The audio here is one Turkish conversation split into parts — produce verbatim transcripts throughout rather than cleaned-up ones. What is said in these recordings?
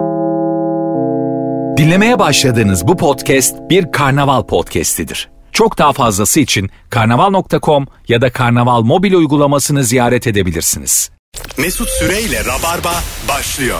Dinlemeye başladığınız bu podcast bir karnaval podcastidir. Çok daha fazlası için karnaval nokta com ya da karnaval mobil uygulamasını ziyaret edebilirsiniz. Mesut Süreyle Rabarba başlıyor.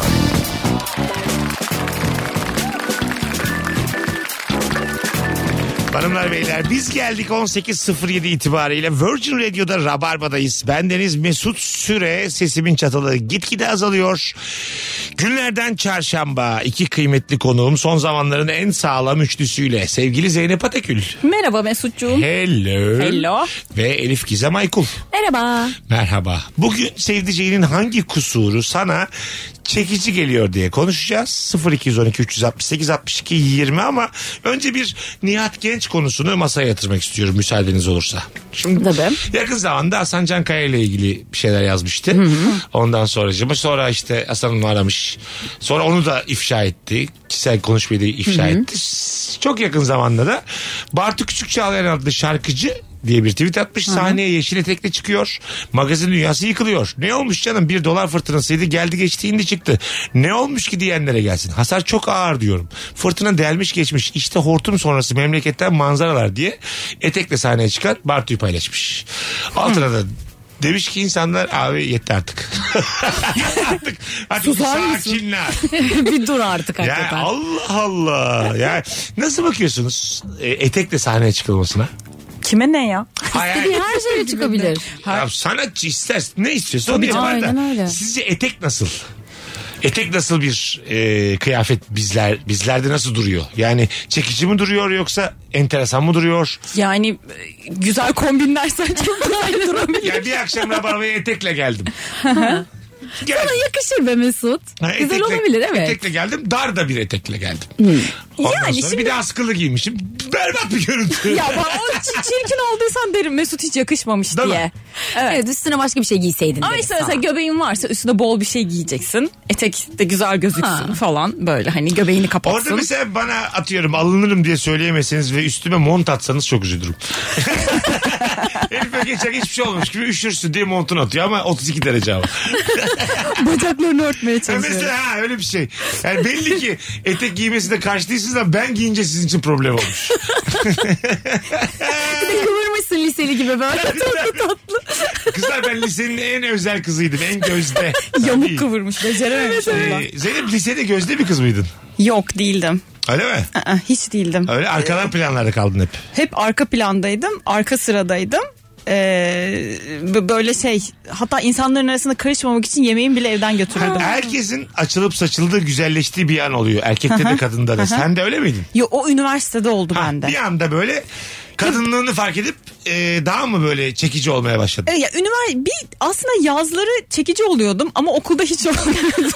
Hanımlar beyler, biz geldik on sekiz sıfır yedi itibariyle Virgin Radio'da Rabarba'dayız. Bendeniz Mesut Süre, sesimin çatalı gitgide azalıyor. Günlerden çarşamba, iki kıymetli konuğum son zamanların en sağlam üçlüsüyle sevgili Zeynep Atakül. Merhaba Mesutcuğum. Hello. Hello. Ve Elif Gizem Aykul. Merhaba. Merhaba. Bugün sevdiceğinin hangi kusuru sana çekici geliyor diye konuşacağız. sıfır iki on iki üç altı sekiz altmış iki yirmi ama önce bir Nihat Genç konusunu masaya yatırmak istiyorum müsaadeniz olursa. Şimdi Tabii. yakın zamanda Hasan Can Kaya ile ilgili bir şeyler yazmıştı. Hı hı. Ondan sonra sonra işte Hasan onu aramış. Sonra onu da ifşa etti. Kişisel konuşmayı da ifşa hı hı. etti. Çok yakın zamanda da Bartu Küçükçağlayan adlı şarkıcı diye bir tweet atmış. Hı-hı. Sahneye yeşil etekle çıkıyor. Magazin dünyası yıkılıyor. Ne olmuş canım, bir dolar fırtınasıydı, geldi geçti indi çıktı. Ne olmuş ki diyenlere gelsin. Hasar çok ağır diyorum. Fırtına delmiş geçmiş. İşte hortum sonrası memleketten manzaralar diye etekle sahneye çıkar Bartu'yu paylaşmış. Altına da demiş ki insanlar abi yetti artık. artık artık sakinler. Bir dur artık hakikaten. Ya Allah Allah. Ya nasıl bakıyorsunuz e, etekle sahneye çıkılmasına? Kime ne ya? İstediği her şeye çıkabilir. Ya sanatçı ister, ne istiyorsa onu yapar da. Sizce etek nasıl? Etek nasıl bir e, kıyafet bizler bizlerde nasıl duruyor? Yani çekici mi duruyor yoksa enteresan mı duruyor? Yani güzel kombinlersen çok güzel durabilir. Yani bir akşam Rabarba'ya etekle geldim. Gel. Sana yakışır be Mesut. Ha, güzel etekle, olabilir evet. Etekle geldim, dar da bir etekle geldim. Hmm. Ondan yani sonra şimdi... bir de askılı giymişim. Berbat bir görüntü. Ya ben o çirkin olduysan derim Mesut hiç yakışmamış değil diye. Evet. evet üstüne başka bir şey giyseydin. Ama işte mesela göbeğin varsa üstüne bol bir şey giyeceksin. Etek de güzel gözüksün ha. falan böyle hani göbeğini kapatsın. Orada mesela bana atıyorum alınırım diye söyleyemeseniz ve üstüme mont atsanız çok üzülürüm. Herife geçer hiçbir şey olmamış gibi üşürsün diye montunu atıyor ama otuz iki derece hava. Bacaklarını örtmeye çalışıyor. Mesela ha, öyle bir şey. Yani belli ki etek giymesine karşı değilsiniz ama ben giyince sizin için problem olmuş. Bir de kıvırmışsın liseli gibi böyle tatlı tatlı. Kızlar ben lisenin en özel kızıydım. En gözde. Yamuk kıvırmış. Becerememiş ondan. Ee, Zeynep lisede gözde bir kız mıydın? Yok değildim. Öyle mi? Aa, hiç değildim. Öyle arkadan planlarda kaldın hep. Hep arka plandaydım. Arka sıradaydım. Ee, böyle şey hatta insanların arasında karışmamak için yemeğimi bile evden götürürdüm. Herkesin açılıp saçıldığı güzelleştiği bir an oluyor. Erkekte de kadında da. Sen de öyle miydin? Yo, o üniversitede oldu ha, bende. Bir anda böyle kadınlığını fark edip e, daha mı böyle çekici olmaya başladın? Evet, ya üniversite bir aslında yazları çekici oluyordum ama okulda hiç olmuyordum.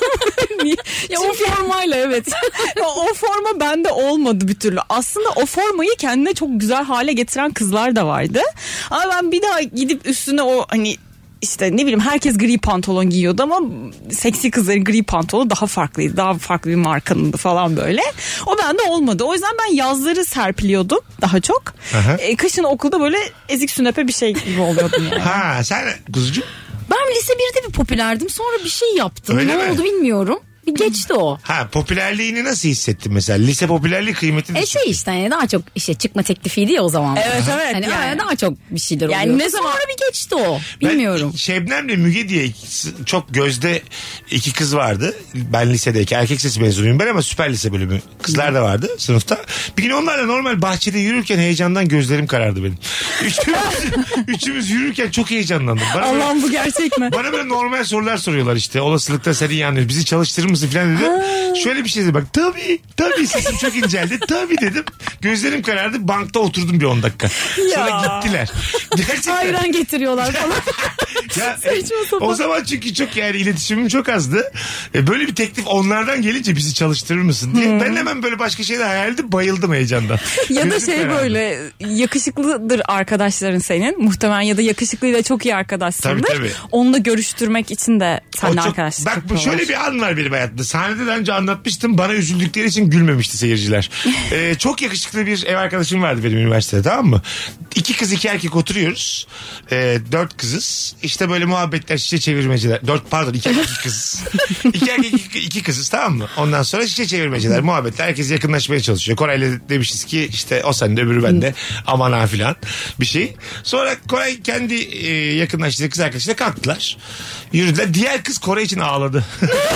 Ya o formayla evet. O forma bende olmadı bir türlü. Aslında o formayı kendine çok güzel hale getiren kızlar da vardı. Ama ben bir daha gidip üstüne o hani işte ne bileyim herkes gri pantolon giyiyordu ama seksi kızların gri pantolonu daha farklıydı. Daha farklı bir markanındı falan böyle. O bende olmadı. O yüzden ben yazları serpiliyordum daha çok. E, kışın okulda böyle ezik sünepe bir şey gibi oluyordum yani. Ha sen kuzucuğum? Ben lise birde bir popülerdim. Sonra bir şey yaptım. Öyle ne mi? oldu bilmiyorum. Bir geçti o. Ha popülerliğini nasıl hissettin mesela? Lise popülerliği kıymetini. E şey işte hani daha çok işte çıkma teklifiydi ya o zaman. Evet evet. Hani yani. daha çok bir şeyler oluyor. Yani ne zaman sonra bir geçti o. Bilmiyorum. Ben Şebnem'le Müge diye çok gözde iki kız vardı. Ben lisedeyken erkek sesi mezunuyum ben ama süper lise bölümü. Kızlar da vardı sınıfta. Bir gün onlarla normal bahçede yürürken heyecandan gözlerim karardı benim. Üçümüz, üçümüz yürürken çok heyecanlandım. Bana Allah'ım böyle, bu gerçek mi? Bana böyle normal sorular soruyorlar işte. Olasılıkta seni iyi anlıyoruz. Bizi çalıştırır mısın falan dedim. Ha. Şöyle bir şey dedi bak. Tabii. Tabii sesim çok inceldi. Tabii dedim. Gözlerim karardı. Bankta oturdum bir on dakika. Sonra ya. Gittiler. Gerçekten. Ayran getiriyorlar falan. Ya, e, o zaman çünkü çok yani iletişimim çok azdı. E, böyle bir teklif onlardan gelince bizi çalıştırır mısın diye. Hmm. Ben hemen böyle başka şeyler hayal edip bayıldım heyecandan. Ya da şey karardı. Böyle yakışıklıdır arkadaşların senin. Muhtemelen ya da yakışıklıyla çok iyi arkadaşsındır. Tabii, tabii. Onunla görüştürmek için de seninle arkadaşlık Bak bu şöyle bir an var benim hayatımda. hayatımda. Sahnede daha önce anlatmıştım. Bana üzüldükleri için gülmemişti seyirciler. Ee, çok yakışıklı bir ev arkadaşım vardı benim üniversitede, tamam mı? İki kız iki erkek oturuyoruz. Ee, dört kızız. İşte böyle muhabbetler, şişe çevirmeciler. Dört pardon iki erkek iki kızız. iki erkek iki, iki kızız, tamam mı? Ondan sonra şişe çevirmeciler, muhabbetler. Herkes yakınlaşmaya çalışıyor. Koray'la demişiz ki işte o sende öbürü bende. Aman ha filan bir şey. Sonra Koray kendi e, yakınlaştığı kız arkadaşıyla kalktılar. Yürüdüler. Diğer kız Koray için ağladı.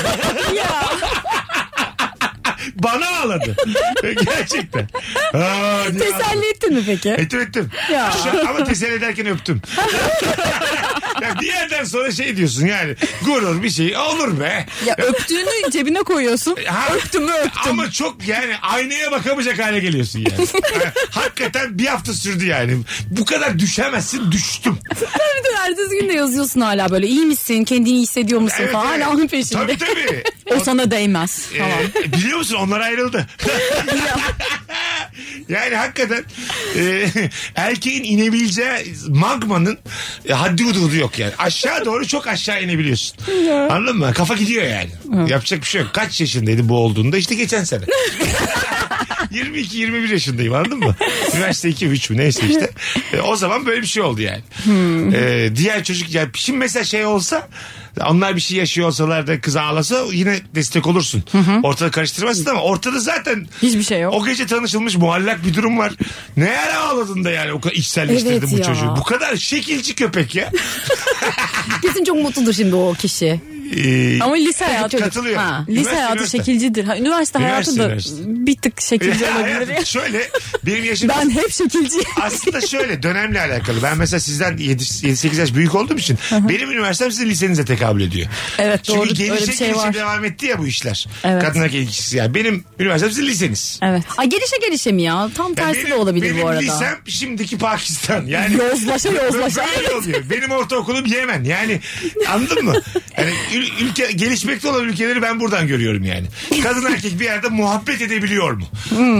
Bana ağladı. Gerçekten. Aa, Teselli ettin mi peki? Ettim ettim. Ya. Şu, ama teselli ederken öptüm. Ya bir yerden sonra şey diyorsun yani, gurur bir şey olur be. Ya öptüğünü cebine koyuyorsun. Ha, öptüm mü öptüm. Ama çok yani aynaya bakamayacak hale geliyorsun yani. Ha, hakikaten bir hafta sürdü yani. Bu kadar düşemezsin, düştüm. Bir de ertesi gün de yazıyorsun hala böyle, iyi misin, kendini iyi hissediyor musun Evet, falan, evet. hala onun peşinde. Tabii tabii. O sana değmez falan. Ee, biliyor musun onlar ayrıldı. Yani hakikaten e, erkeğin inebileceği magmanın e, haddi hududu yok yani. Aşağı doğru çok aşağı inebiliyorsun. Anladın mı? Kafa gidiyor yani. Yapacak bir şey yok. Kaç yaşındaydı bu olduğunda? İşte geçen sene. yirmi iki yirmi bir yaşındayım, anladın mı? Üniversite iki üç mü neyse işte. E, o zaman böyle bir şey oldu yani. E, diğer çocuk yani şimdi mesela şey olsa, onlar bir şey yaşıyor olsalar da kız ağlasa yine destek olursun. Ortada karıştırmazsın ama ortada zaten Hiçbir şey yok. o gece tanışılmış muallak bir durum var. Ne ara ağladın da yani o kadar içselleştirdin Evet bu ya. çocuğu. Bu kadar şekilci köpek ya. Kesin çok mutludur şimdi o kişi. Ee, Ama lise hayatı katılıyor. Ha. lise Üniversite, hayatı üniversite. şekilcidir. Ha, üniversite, Üniversite, hayatı da üniversite. bir tık şekilci Ya olabilir. hayatım, ya. şöyle benim yaşım Ben hep şekilciyim. aslında şöyle dönemle alakalı. Ben mesela sizden yedi sekiz yaş büyük olduğum için benim üniversitem sizin lisenize tekabül ediyor. Evet, Çünkü doğru. gelişe Öyle bir şey gelişe var. devam etti ya bu işler. Evet. Kadın erkek ilişkisi yani. Benim üniversitem sizin liseniz. Evet. Ay gelişe gelişe mi ya? Tam Yani tersi benim, de olabilir benim bu arada. lisem şimdiki Pakistan. Yani Yozlaşa yozlaşa. böyle oluyor. Benim ortaokulum Yemen. Yani anladın mı? Yani ül- ülke gelişmekte olan ülkeleri ben buradan görüyorum yani. Kadın erkek bir yerde muhabbet edebiliyor mu?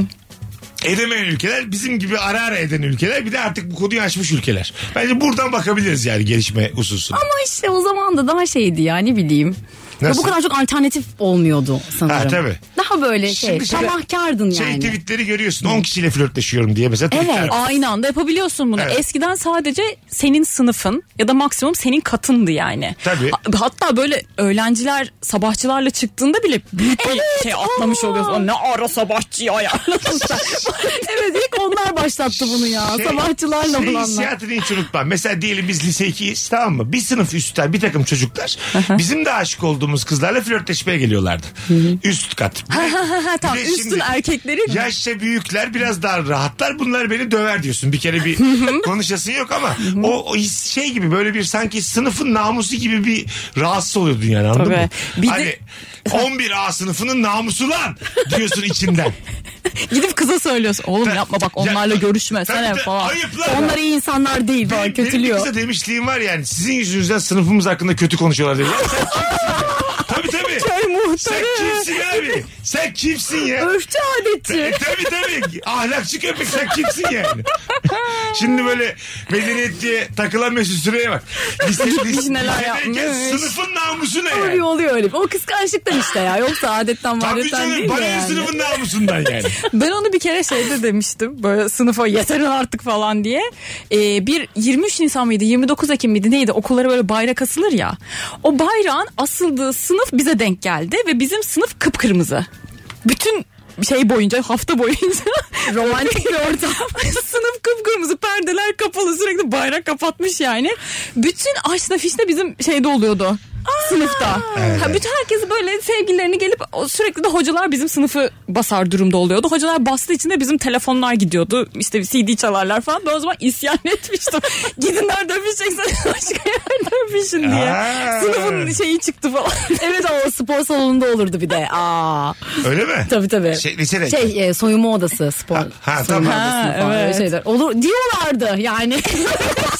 Edemeyen ülkeler, bizim gibi ara ara eden ülkeler, bir de artık bu konuyu açmış ülkeler. Bence buradan bakabiliriz yani gelişme hususuna. Ama işte o zaman da daha şeydi ya, ne bileyim. Ya Nasıl? bu kadar çok alternatif olmuyordu sanırım. Ha, tabii. Daha böyle şey, Şimdi şöyle tamahkardın Şey yani. tweetleri görüyorsun. on kişiyle flörtleşiyorum diye mesela tweetler Evet. var. Aynı anda yapabiliyorsun bunu. Evet. Eskiden sadece senin sınıfın ya da maksimum senin katındı yani. Tabii. Ha- Hatta böyle öğrenciler sabahçılarla çıktığında bile büyük bir şey atlamış oluyorsun. O ne ara sabahçıyı ayarlamışlar. Evet, ilk onlar başlattı bunu ya. Şey- Sabahçılarla şey bulanlar. hissiyatını hiç unutmam. Mesela diyelim biz lise ikiyiz, tamam mı? Bir sınıf üstten bir takım çocuklar bizim de aşık olduğumuz kızlarla flörtleşmeye geliyorlardı. Üst kat. Bir de- tamam, bir de üstün şimdi erkekleri yaşça büyükler biraz daha rahatlar. Bunlar beni döver diyorsun. Bir kere bir konuşasın yok ama o, o his şey gibi, böyle bir sanki sınıfın namusu gibi bir rahatsız oluyordun yani, anladın Tabii. mı? Bir de- hani on bir A sınıfının namusu lan diyorsun içinden. gidip kıza söylüyorsun. Oğlum Ta- yapma bak, Ya- onlarla görüşme Tabii, sen tabii, falan. ayıp lan. Onlar iyi insanlar değil falan, Benim, benim bir kötülüyor. kıza demişliğim var yani, sizin yüzünüzden sınıfımız hakkında kötü konuşuyorlar diye. Ya sen kimsin ya? Tabii tabii. Köy muhtarı. Sen kimsin abi? Sen kimsin ya? Örfçü adetçi. E, tabii tabii. Ahlakçı köpek, sen kimsin yani? Şimdi böyle medeniyet diye takılan Mesut Süre'ye bak. Lise, lise, neler lisedeyken yapmış. sınıfın namusu ne Oluyor yani? oluyor öyle. O kıskançlıktan işte ya. Yoksa adetten Tabii vadetten canım, değil bana de ne yani. sınıfın namusundan yani. Ben onu bir kere şeyde demiştim. Böyle sınıfa yeterin artık falan diye. Ee, bir yirmi üç Nisan mıydı, yirmi dokuz Ekim miydi neydi? Okullara böyle bayrak asılır ya. O bayrağın asıldığı sınıf bize denk geldi ve bizim sınıf kıpkırmızı. Bütün şey boyunca, hafta boyunca romantik bir ortam. Sınıf kıpkırmızı, perdeler kapalı, sürekli bayrak kapatmış yani. Bütün aşna fişne bizim şeyde oluyordu. Sınıfta. Evet. Ha, bütün herkes böyle sevgililerini gelip o- sürekli de hocalar bizim sınıfı basar durumda oluyordu. Hocalar bastığı için de bizim telefonlar gidiyordu. İşte C D çalarlar falan. Ben o zaman isyan etmiştim. Gidin nerede öpüşecekseniz başka yerde öpüşün diye. Aa. Sınıfın şeyi çıktı falan. Evet, o spor salonunda olurdu bir de. Aa. Öyle mi? Tabii tabii. Şey, lisede. Şey e, soyunma odası, spor Ha, ha, soyunma tamam. odası Ha, falan, evet. öyle şeyler. Olur diyorlardı yani.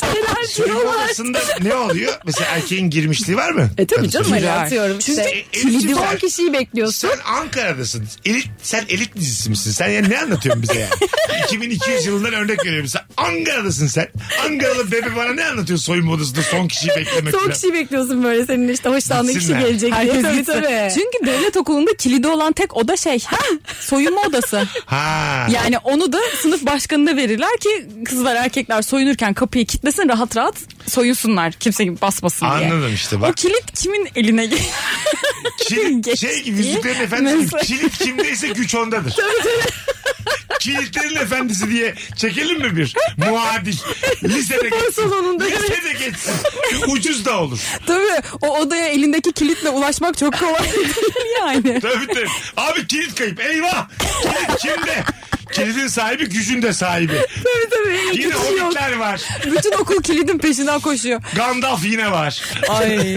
soyunma odasında ne oluyor? Mesela erkeğin girmişliği var mı? E tabii Kadın canım soyunma- öyle atıyorum. Çünkü İşte, e, kilidi Elif'ciğim on sen- kişiyi bekliyorsun. Sen Ankara'dasın. Elit, sen elit dizisi misin? Sen yani ne anlatıyorsun bize yani? iki bin iki yüz yılından örnek veriyorum. Sen Ankara'dasın sen. Ankaralı bebe bana ne anlatıyor soyunma odasında son kişiyi beklemek Son falan? kişiyi bekliyorsun böyle senin işte hoşlandığın kişi Gitsinler. gelecek diye. Herkes Tabii gitsin. tabii. Çünkü devlet okulunda kilidi olan tek oda şey soyunma odası. Ha. Yani onu da sınıf başkanına verirler ki kızlar erkekler soyunurken kapıyı kilitlesin rahat rahat soyunsunlar. Kimse basmasın diye. Anladım işte O bak. kilit kimin eline ge- Kilit geçti şey gibi Yüzüklerin Efendisi gibi. Mesela. Kilit kimdeyse güç ondadır. Kilitlerin efendisi diye çekelim mi bir muadil? Lisede geçsin. salonunda, Lisede geçsin. Ucuz da olur. Tabii o odaya elindeki kilitle ulaşmak çok kolay değil yani. Tabii tabii. Abi kilit kayıp. Eyvah. Kilit kimde? Kilidin sahibi gücün de sahibi. Tabii tabii. Yine Hiç yok. hobbitler var. Bütün okul kilidin peşinden koşuyor. Gandalf yine var. Ay.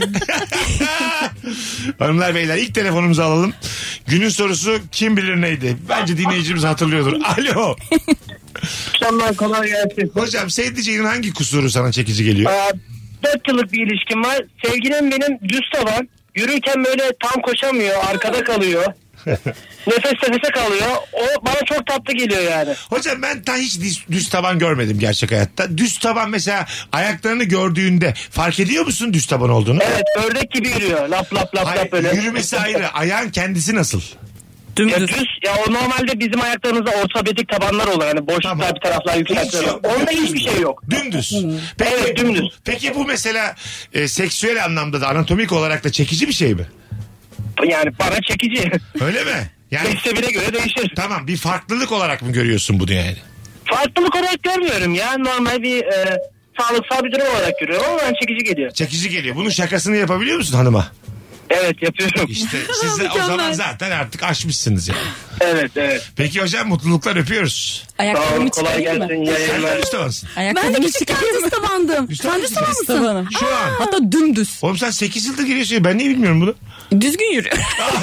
Hanımlar beyler ilk telefonumuzu alalım. Günün sorusu kim bilir neydi? Bence dinleyicimiz hatırlıyordur. Alo. Akşamlar kolay gelsin. Hocam sevdiceğinin hangi kusuru sana çekici geliyor? Aa, dört yıllık bir ilişkim var. Sevgilim benim düz taban. Yürürken böyle tam koşamıyor. Arkada kalıyor. Nefes nefese kalıyor. O bana çok tatlı geliyor yani. Hocam ben ta hiç düz, düz taban görmedim gerçek hayatta. Düz taban mesela ayaklarını gördüğünde fark ediyor musun düz taban olduğunu? Evet, ördek gibi yürüyor. Lap lap lap Hayır, lap böyle. yürümesi ayrı. Ayağın kendisi nasıl? Ya düz. Ya o normalde bizim ayaklarımızda ortopedik tabanlar olur. Hani boşluklar Tamam. bir taraflar Hiç yüksekler. yok. Onda hiçbir şey yok. Dümdüz. Peki, Evet, dümdüz. Peki bu mesela e, seksüel anlamda da anatomik olarak da çekici bir şey mi? Yani bana çekici. Öyle mi? Yani Mezhebine göre değişir. tamam bir farklılık olarak mı görüyorsun bunu yani? Farklılık olarak görmüyorum ya. Normal bir e, sağlıksal bir durum olarak görüyorum ama bana çekici geliyor. Çekici geliyor. Bunun şakasını yapabiliyor musun hanıma? Evet, yapıyorum. İşte siz de o zaman zaten artık aşmışsınız yani. Evet, evet. Peki hocam mutluluklar öpüyoruz. Sağ olun, Ayakkabımı kolay çıkarayım gelsin. mı? İyi Sen de yayınlar. düz tabansın. Ben de Ayakkabımı küçükken çıkarayım mı? düz tabandım. Düz Sen düz taban taban mısın? mısın? Tabanım. Şu an. Hatta dümdüz. Oğlum sen sekiz yıldır geliyorsun ya ben niye bilmiyorum bunu? Düzgün yürüyor.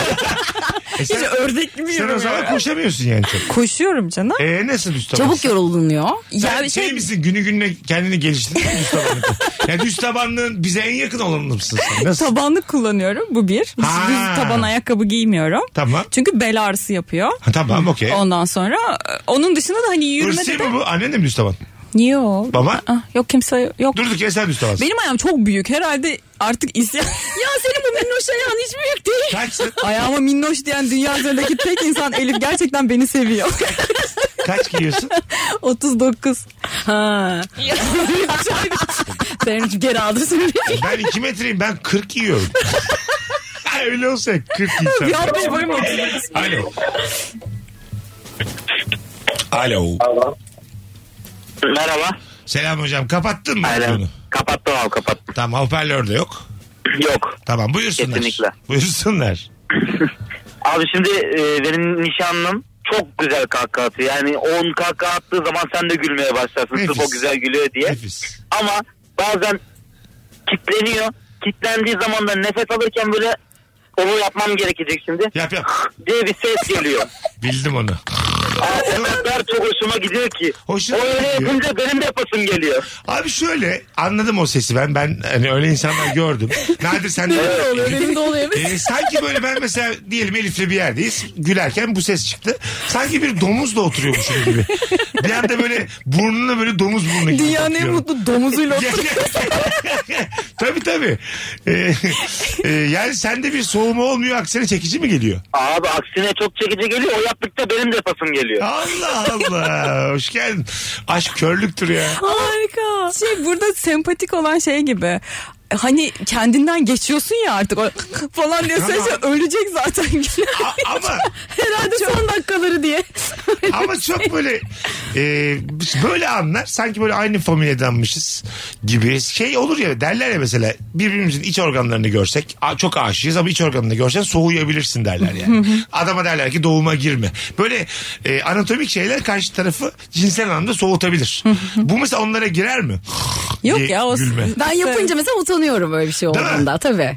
E sen, Hiç ördek gibi sen o yürüyor. zaman koşamıyorsun yani çok. Koşuyorum canım. Eee nasıl düz tabansın? Çabuk yorulunuyor. Sen Ya şey, şey- misin günü gününe kendini geliştirdin mi düz tabanlık? Yani düz tabanlığın bize en yakın olanı mısın sen? Nasıl? Tabanlık kullanıyorum bu bir. Hiç Ha. düz taban ayakkabı giymiyorum. Tamam. Çünkü bel ağrısı yapıyor. Ha, tamam okey. Ondan sonra e, onun dışında da hani yürümede Hırsi de... mi bu? Annen de mi düz taban? Yok. Baba? Ah, yok kimse yok. Durduk ya sen düz tabansın. Benim ayağım çok büyük. Herhalde artık isyan. Ya senin bu minnoş ayağın hiç büyük değil. Kaçsın? Ayağıma minnoş diyen dünya üzerindeki tek insan Elif gerçekten beni seviyor. Kaç giyiyorsun? otuz dokuz. Ha. Sen geri aldır seni. Ben iki metreyim ben kırk giyiyorum. Öyle olsa kırk giysem. Bir anda böyle mi? Alo. Alo. Merhaba. Selam hocam kapattın mı? Aynen. Bunu? Kapattım abi, kapattım. Tamam hoparlör de yok. Yok. Tamam buyursunlar. Kesinlikle. Buyursunlar. Abi şimdi e, benim nişanlım çok güzel kahkaha atıyor. Yani on kahkaha attığı zaman sen de gülmeye başlarsın. Nefis. Sırf o güzel gülüyor diye. Nefis. Ama bazen kitleniyor. Kitlendiği zaman da nefes alırken böyle onu yapmam gerekecek şimdi. Yap yap. Diye bir ses geliyor. Bildim onu. Aa, o kadar çok hoşuma gidiyor ki. Hoşuna o öyle gidiyor. yapınca benim de yapasım geliyor. Abi şöyle anladım o sesi ben. Ben hani öyle insanlar gördüm. Nadir sen de. Benim de oluyor. Ee, sanki böyle ben mesela diyelim Elif'le bir yerdeyiz. Gülerken bu ses çıktı. Sanki bir domuzla oturuyormuşum gibi. Bir anda böyle burnuna böyle domuz burnu gibi Dünyanın en bakıyorum. mutlu domuzuyla oturuyor. Tabii tabii. Ee, e, yani sende bir soğuma olmuyor aksine çekici mi geliyor? Abi aksine çok çekici geliyor. O yaptıkça benim de yapasım geliyor. Allah Allah. Hoş geldin. Aşk körlüktür ya. Harika. Şey burada sempatik olan şey gibi. Hani kendinden geçiyorsun ya artık o falan diye Tamam. söylese ölecek zaten. A- ama Herhalde son dakikaları diye. ama çok böyle e, böyle anlar sanki böyle aynı familyadanmışız gibi şey olur ya derler ya mesela birbirimizin iç organlarını görsek a- çok aşığız ama iç organını görsen soğuyabilirsin derler yani. Adama derler ki doğuma girme. Böyle e, anatomik şeyler karşı tarafı cinsel anlamda soğutabilir. Bu mesela onlara girer mi? Yok diye ya o gülme. Ben yapınca mesela utanıyorum öyle bir şey Değil mi? olduğunda tabii.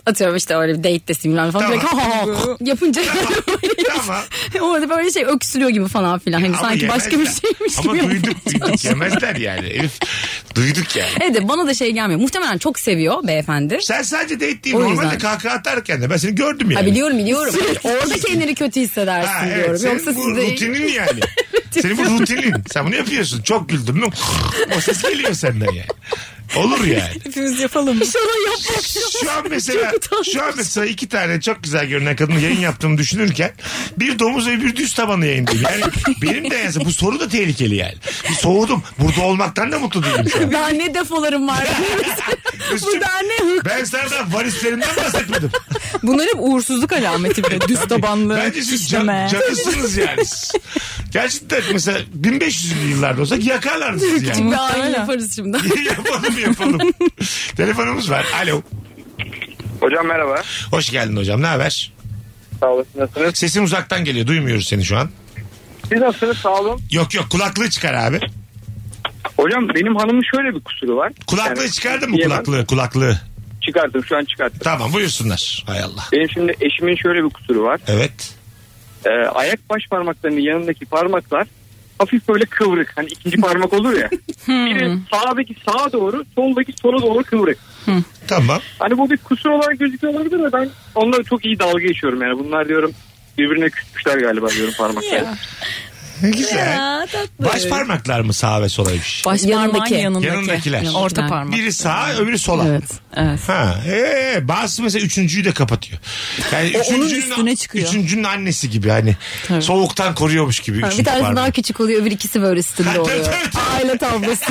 Atıyorum işte öyle bir date'desin falan. Tamam. Direkt, ha, ha, ha, yapınca Tamam. orada böyle şey öksürüyor gibi falan filan. Hani Ama sanki başka bir yemezler. şeymiş Ama gibi. duyduk yapmaya duyduk yemezler yani. Elif, duyduk yani. Evet bana da şey gelmiyor. Muhtemelen çok seviyor beyefendi. Sen sadece date değil. O Normalde yüzden. kahkaha atarken de ben seni gördüm yani. Ha, biliyorum biliyorum. Orada kendini kötü hissedersin Ha, diyorum. evet, senin Yoksa bu sizde... rutinin yani. Senin bu rutinin. Sen bunu yapıyorsun. Çok güldün mü? O ses geliyor senden yani. Olur yani. Hepimiz yapalım. Şuna yapmak. Şu an mesela şu an mesela iki tane çok güzel görünen kadın yayın yaptığımı düşünürken bir domuz ve bir düz tabanı yayındayım. Yani benim de yani bu soru da tehlikeli yani. Bir soğudum. Burada olmaktan da mutlu değilim şu an. Daha ne defolarım var. Bu daha ne hık. Ben senden varislerimden bahsetmedim. Bunlar hep uğursuzluk alameti bir de. Düz tabanlı, Bence siz işleme. can, canısınız yani. Gerçekten mesela bin beş yüzlü yıllarda olsak yakarlardı sizi yani. Bir ayin yaparız şimdi. yapalım yapalım. Telefonumuz var. Alo. Hocam merhaba. Hoş geldin hocam. Ne haber? Sağ olasın, nasılsınız? Sesin uzaktan geliyor. Duymuyoruz seni şu an. Siz nasılsınız? Sağ olun. Yok yok kulaklığı çıkar abi. Hocam benim hanımın şöyle bir kusuru var. Kulaklığı Yani, çıkardın mı diyemem. kulaklığı? Kulaklığı. Çıkarttım, şu an çıkarttım. Tamam buyursunlar. Hay Allah. Benim şimdi eşimin şöyle bir kusuru var. Evet. Ee, ayak baş parmaklarının yanındaki parmaklar hafif böyle kıvrık. Hani ikinci parmak olur ya. Biri sağdaki sağa doğru, soldaki sola doğru kıvrık. Tamam. Hani bu bir kusur olarak gözüküyor olabilir de ben onları çok iyi dalga geçiyorum yani. Bunlar diyorum birbirine küsmüşler galiba diyorum parmakları. Güzel. Ya, tatlı. Baş parmaklar mı sağa ve solaymış? Baş Yanındaki. parmağın yanındaki. Yanındakiler. Orta parmak. Biri sağa öbürü sola. Evet. Evet. Ha, ee, bazısı mesela üçüncüyü de kapatıyor. Yani O onun üçüncünün, üstüne çıkıyor. Üçüncünün annesi gibi hani soğuktan koruyormuş gibi. Ha, bir üçüncü tanesi parmağı. daha küçük oluyor, öbür ikisi böyle Ha, üstünde tabii, oluyor. tabii, tabii. Aile tablosu.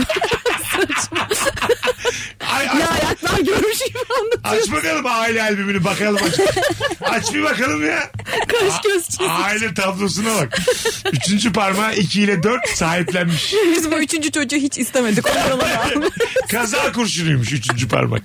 Ay, ay, Ya ayaklar görmüş gibi anlatıyor. aç bakalım aile albümünü bakalım aç. Aç bir bakalım ya. Kaş göz çizik. Aile tablosuna bak. Üçüncü parmağı iki ile dört sahiplenmiş. Biz bu üçüncü çocuğu hiç istemedik. Oralara. Kaza kurşunuymuş üçüncü parmak.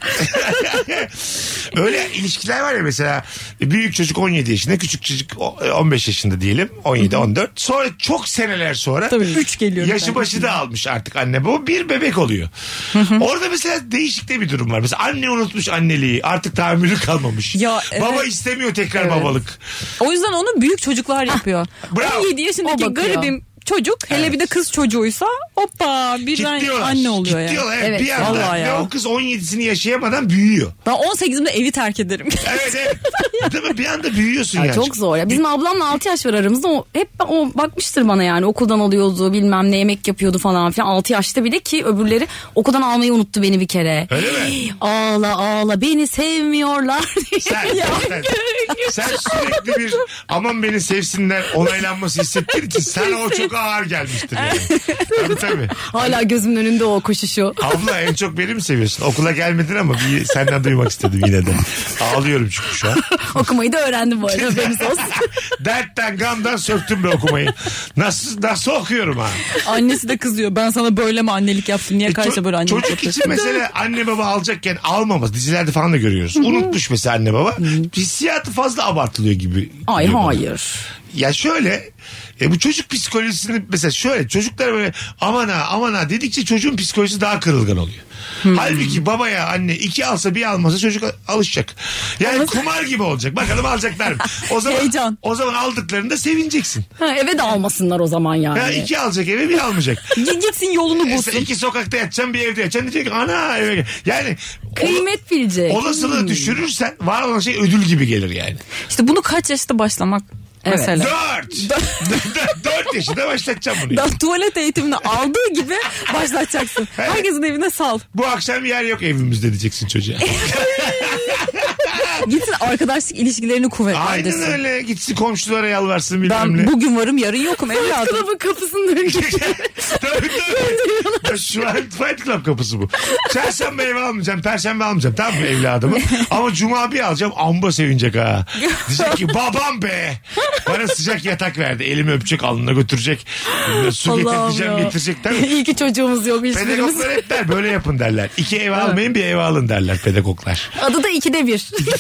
Öyle ilişkiler var ya mesela büyük çocuk on yedi yaşında, küçük çocuk on beş yaşında diyelim, on yedi on dört. Sonra çok seneler sonra Tabii üç geliyor. yaşı başı da almış artık anne baba, bir bebek oluyor. Orada mesela değişik de bir durum var. Mesela anne unutmuş anneliği, artık tahammülü kalmamış. Ya, evet. Baba istemiyor tekrar babalık. O yüzden onu büyük çocuklar yapıyor. Bravo. on yedi O yaşındaki bakıyor. garibim çocuk, hele Evet. bir de kız çocuğuysa hoppa birden Kitliyorlar. anne oluyor ya. Kitliyorlar, evet, Evet, bir anda. vallahi Ve ya. o kız on yedisini yaşayamadan büyüyor. Ben on sekizimde evi terk ederim. Evet evet. Değil mi? Bir anda büyüyorsun Ya yani. çok zor ya. Bizim ablamla altı yaş var aramızda. O, hep o bakmıştır bana yani. Okuldan alıyordu, bilmem ne yemek yapıyordu falan filan. altı yaşta bile, ki öbürleri okuldan almayı unuttu beni bir kere. Öyle mi? Ağla ağla beni sevmiyorlar diye. Sen, sen, sen sürekli bir aman beni sevsinler onaylanması hissettiğin için sana o çok ağır gelmiştir yani. Tabii tabii. Hala gözümün önünde o koşuşu. Abla en çok beni mi seviyorsun? Okula gelmedin ama bir senden duymak istedim yine de. Ağlıyorum çünkü şu an. Okumayı da öğrendim bu arada, haberiniz olsun. Dertten gamdan söktüm be okumayı. Nasıl nasıl okuyorum ha? Annesi de kızıyor. Ben sana böyle mi annelik yaptım? Niye E, karşı ço- böyle annelik çocuk yapıyorsun? için mesela anne baba alacakken almamaz. Dizilerde falan da görüyoruz. Unutmuş mesela anne baba. Hissiyatı fazla abartılıyor gibi. Ay geliyor bana. hayır. Ya şöyle e bu çocuk psikolojisini mesela şöyle çocuklar böyle aman ha aman ha dedikçe çocuğun psikolojisi daha kırılgan oluyor. Halbuki babaya anne iki alsa bir almasa çocuk alışacak. Yani kumar gibi olacak. Bakalım alacaklar mı? O zaman Heyecan. o zaman aldıklarında sevineceksin. Ha, eve de almasınlar o zaman yani. Ya iki alacak eve bir almayacak. Gitsin yolunu Mesela bulsun. iki sokakta yatacaksın bir evde yatacaksın diyecek ki, ana eve gel. Yani Kıymet bilecek. olasılığı düşürürsen var olan şey ödül gibi gelir yani. İşte bunu kaç yaşta başlamak Evet. mesela. Dört. Dört yaşında başlatacağım bunu. Daha tuvalet eğitimini aldığı gibi başlatacaksın. Evet. Herkesin evine sal. Bu akşam yer yok evimizde diyeceksin çocuğa. Gitsin arkadaşlık ilişkilerini kuvvetlendirsin. Aynen öyle. Gitsin komşulara yalvarsın bilmem Ben ne. bugün varım yarın yokum evladım. Klubun kapısının önünde. Tabii tabii. Şu an Fight Club kapısı bu. Çarşamba eve almayacağım, perşembe almayacağım. Tamam mı evladımı? Ama cuma bir alacağım, amba sevinecek ha. Diyecek ki babam be. Bana sıcak yatak verdi. Elimi öpecek, alnına götürecek. Su Allah'ım getireceğim, ya. getirecek. Tabii. İyi ki çocuğumuz yok hiçbirimiz. Pedagoglar hep der böyle yapın derler. İki ev almayın bir ev alın derler pedagoglar. Adı da ikide bir.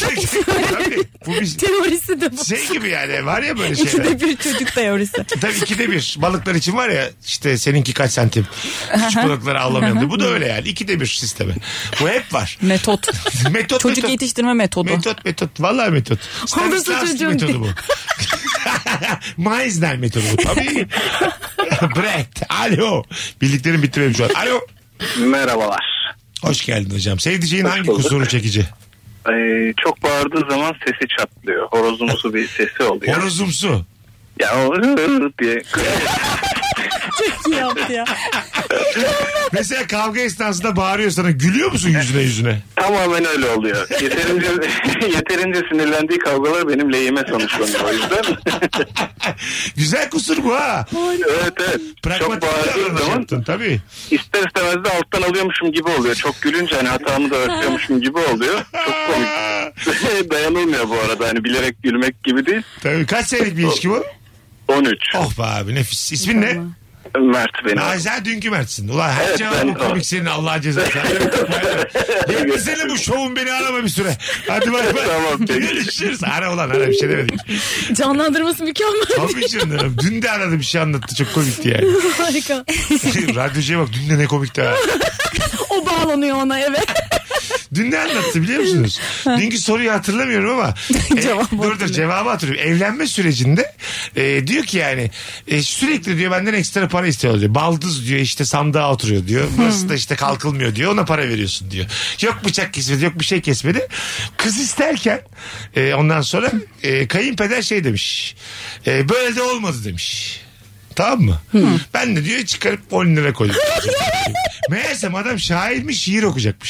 Tabii, bu bir Teorisi de bu. şey gibi yani var ya böyle şeyler. İkide bir çocuk teorisi. Tabii ikide bir. Balıklar için var ya işte seninki kaç santim. Küçük balıkları avlamayalım diye. Bu da öyle yani. İkide bir sistemi. Bu hep var. Metot. Metot Çocuk metot. yetiştirme metodu. Metot metot. Vallahi metot. Stanislavski çocuğun metodu bu. Meisner metodu bu. Tabii. Brett. Alo. Bildiklerim bitti benim şu an. Alo. Merhabalar. Hoş geldin hocam. Sevdiceğin Hoş hangi bulduk. kusuru çekici? Ee, çok bağırdığı zaman sesi çatlıyor. Horozumsu bir sesi oluyor. Horozumsu. Ya o ıı diye. Çok iyi yaptı ya. Mesela kavga esnasında bağırıyor sana. Gülüyor musun yüzüne yüzüne? Tamamen öyle oluyor. Yeterince yeterince sinirlendiği kavgalar benim lehime sonuçlanıyor o yüzden. Güzel kusur bu ha. Evet evet. Çok Pragmatik bir bağırdığım davranış zaman yaptın tabii. ister istemez de alttan alıyormuşum gibi oluyor. Çok gülünce hani hatamı da örtüyormuşum gibi oluyor. Çok komik. Dayanılmıyor bu arada. Hani bilerek gülmek gibi değil. Tabii. Kaç senelik bir ilişki bu? on üç. Oh be abi nefis. İsmin ne? Mert benim. Aa, sen dünkü Mert'sin. Ulan her Evet, cevabın ben- komik senin Allah'ın cezası. Yetmesene bu şovun beni arama bir süre. Hadi bay bay. Tamam, peki. Görüşürüz. Ara ulan ara bir şey demedik. Canlandırması mükemmel. Tabii canım. Dün de aradı bir şey anlattı. Çok komikti yani. Harika. Radyocuya bak dün de ne komikti ha. O bağlanıyor ona evet. Dün ne anlattı biliyor musunuz? Dünkü soruyu hatırlamıyorum ama. e, Cevabı dur dur hatırlıyorum. cevabı hatırlıyorum. Evlenme sürecinde e, diyor ki yani e, sürekli diyor benden ekstra para istiyor diyor. Baldız diyor işte sandığa oturuyor diyor. Burası da işte kalkılmıyor diyor. Ona para veriyorsun diyor. Yok bıçak kesmedi yok bir şey kesmedi. Kız isterken e, ondan sonra e, kayınpeder şey demiş. E, böyle de olmadı demiş. Tamam mı? Ben de diyor çıkarıp on lira koydum. Meğersem adam şairmiş şiir okuyacakmış.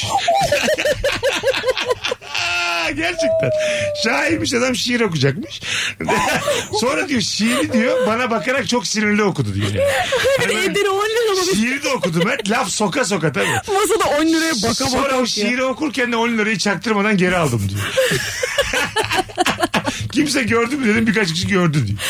Gerçekten. Şairmiş adam şiir okuyacakmış. Sonra diyor şiiri diyor bana bakarak çok sinirli okudu diyor. Yani. Hani böyle Evleri on lira mı? şiiri de okudu Mert. Laf soka soka tabii. Masada on liraya baka baka. Sonra o okuyor. şiiri okurken de on lirayı çaktırmadan geri aldım diyor. Kimse gördü mü dedim birkaç kişi gördü diyor.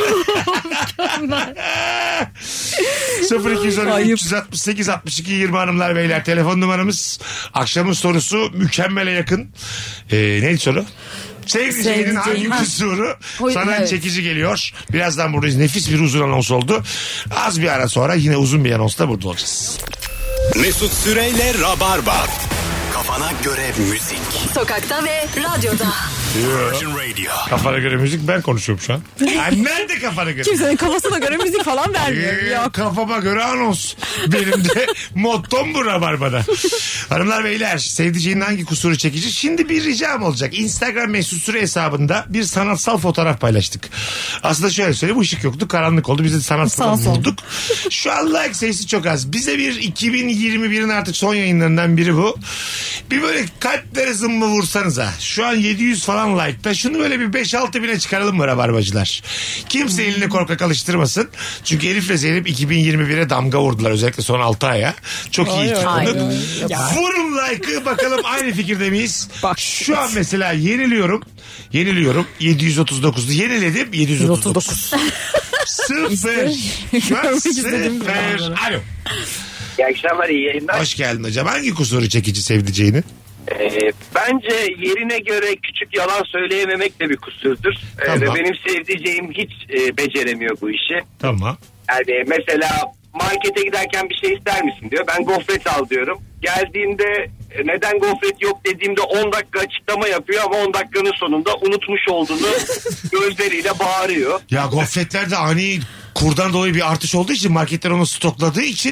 sıfır iki on iki üç altı sekiz altmış iki yirmi hanımlar beyler telefon numaramız. Akşamın sorusu mükemmele yakın. Ee, neydi soru? Sevdiceğinin hangi Sevdiceğin, ha. kusuru O- sana evet. çekici geliyor. Birazdan buradayız. Nefis bir uzun anons oldu. Az bir ara sonra yine uzun bir anonsla burada olacağız. Mesut Süreyle Rabarba. Kafana göre müzik. Sokakta ve radyoda. Virgin Radio. Kafana göre müzik ben konuşuyorum şu an. Ay, nerede kafana göre? Kimsenin kafasına göre müzik falan vermiyor. Ee, Yok. Kafama göre anons. Benim de mottom bu Rabarba'da. Hanımlar beyler sevdiceğinin hangi kusuru çekici? Şimdi bir ricam olacak. Instagram mesut süre hesabında bir sanatsal fotoğraf paylaştık. Aslında şöyle söyleyeyim ışık yoktu karanlık oldu. Biz de sanatsal Sağ ol. bulduk. Şu an like sayısı çok az. Bize bir iki bin yirmi birin artık son yayınlarından biri bu. Bir böyle kalplere zımmı vursanıza. Şu an yedi yüz falan like'ta. Şunu böyle bir beş altı bine çıkaralım mı Rabarbacılar? Kimse elini korkak alıştırmasın. Çünkü Elif'le Zeynep iki bin yirmi bire damga vurdular. Özellikle son altı aya. Çok iyi iki Ay, konuk. ay, Vurun like'ı bakalım aynı fikirde miyiz? Bak. Şu an mesela yeniliyorum. Yeniliyorum. yedi yüz otuz dokuzu yeniledim. yedi yüz otuz dokuz. Sıfır. Şu an Görmek istedim sıfır. ben. Alo. İyi akşamlar, iyi yayınlar. Hoş geldin hocam. Hangi kusuru çekici sevdiceğini? Ee, bence yerine göre küçük yalan söyleyememek de bir kusurdur. Ee, Tamam. ve benim sevdiceğim hiç e, beceremiyor bu işi. Tamam. Yani mesela markete giderken bir şey ister misin diyor. Ben gofret al diyorum. Geldiğinde e, neden gofret yok dediğimde on dakika açıklama yapıyor ama on dakikanın sonunda unutmuş olduğunu gözleriyle bağırıyor. Ya gofretlerde ani kurdan dolayı bir artış olduğu için marketler onu stokladığı için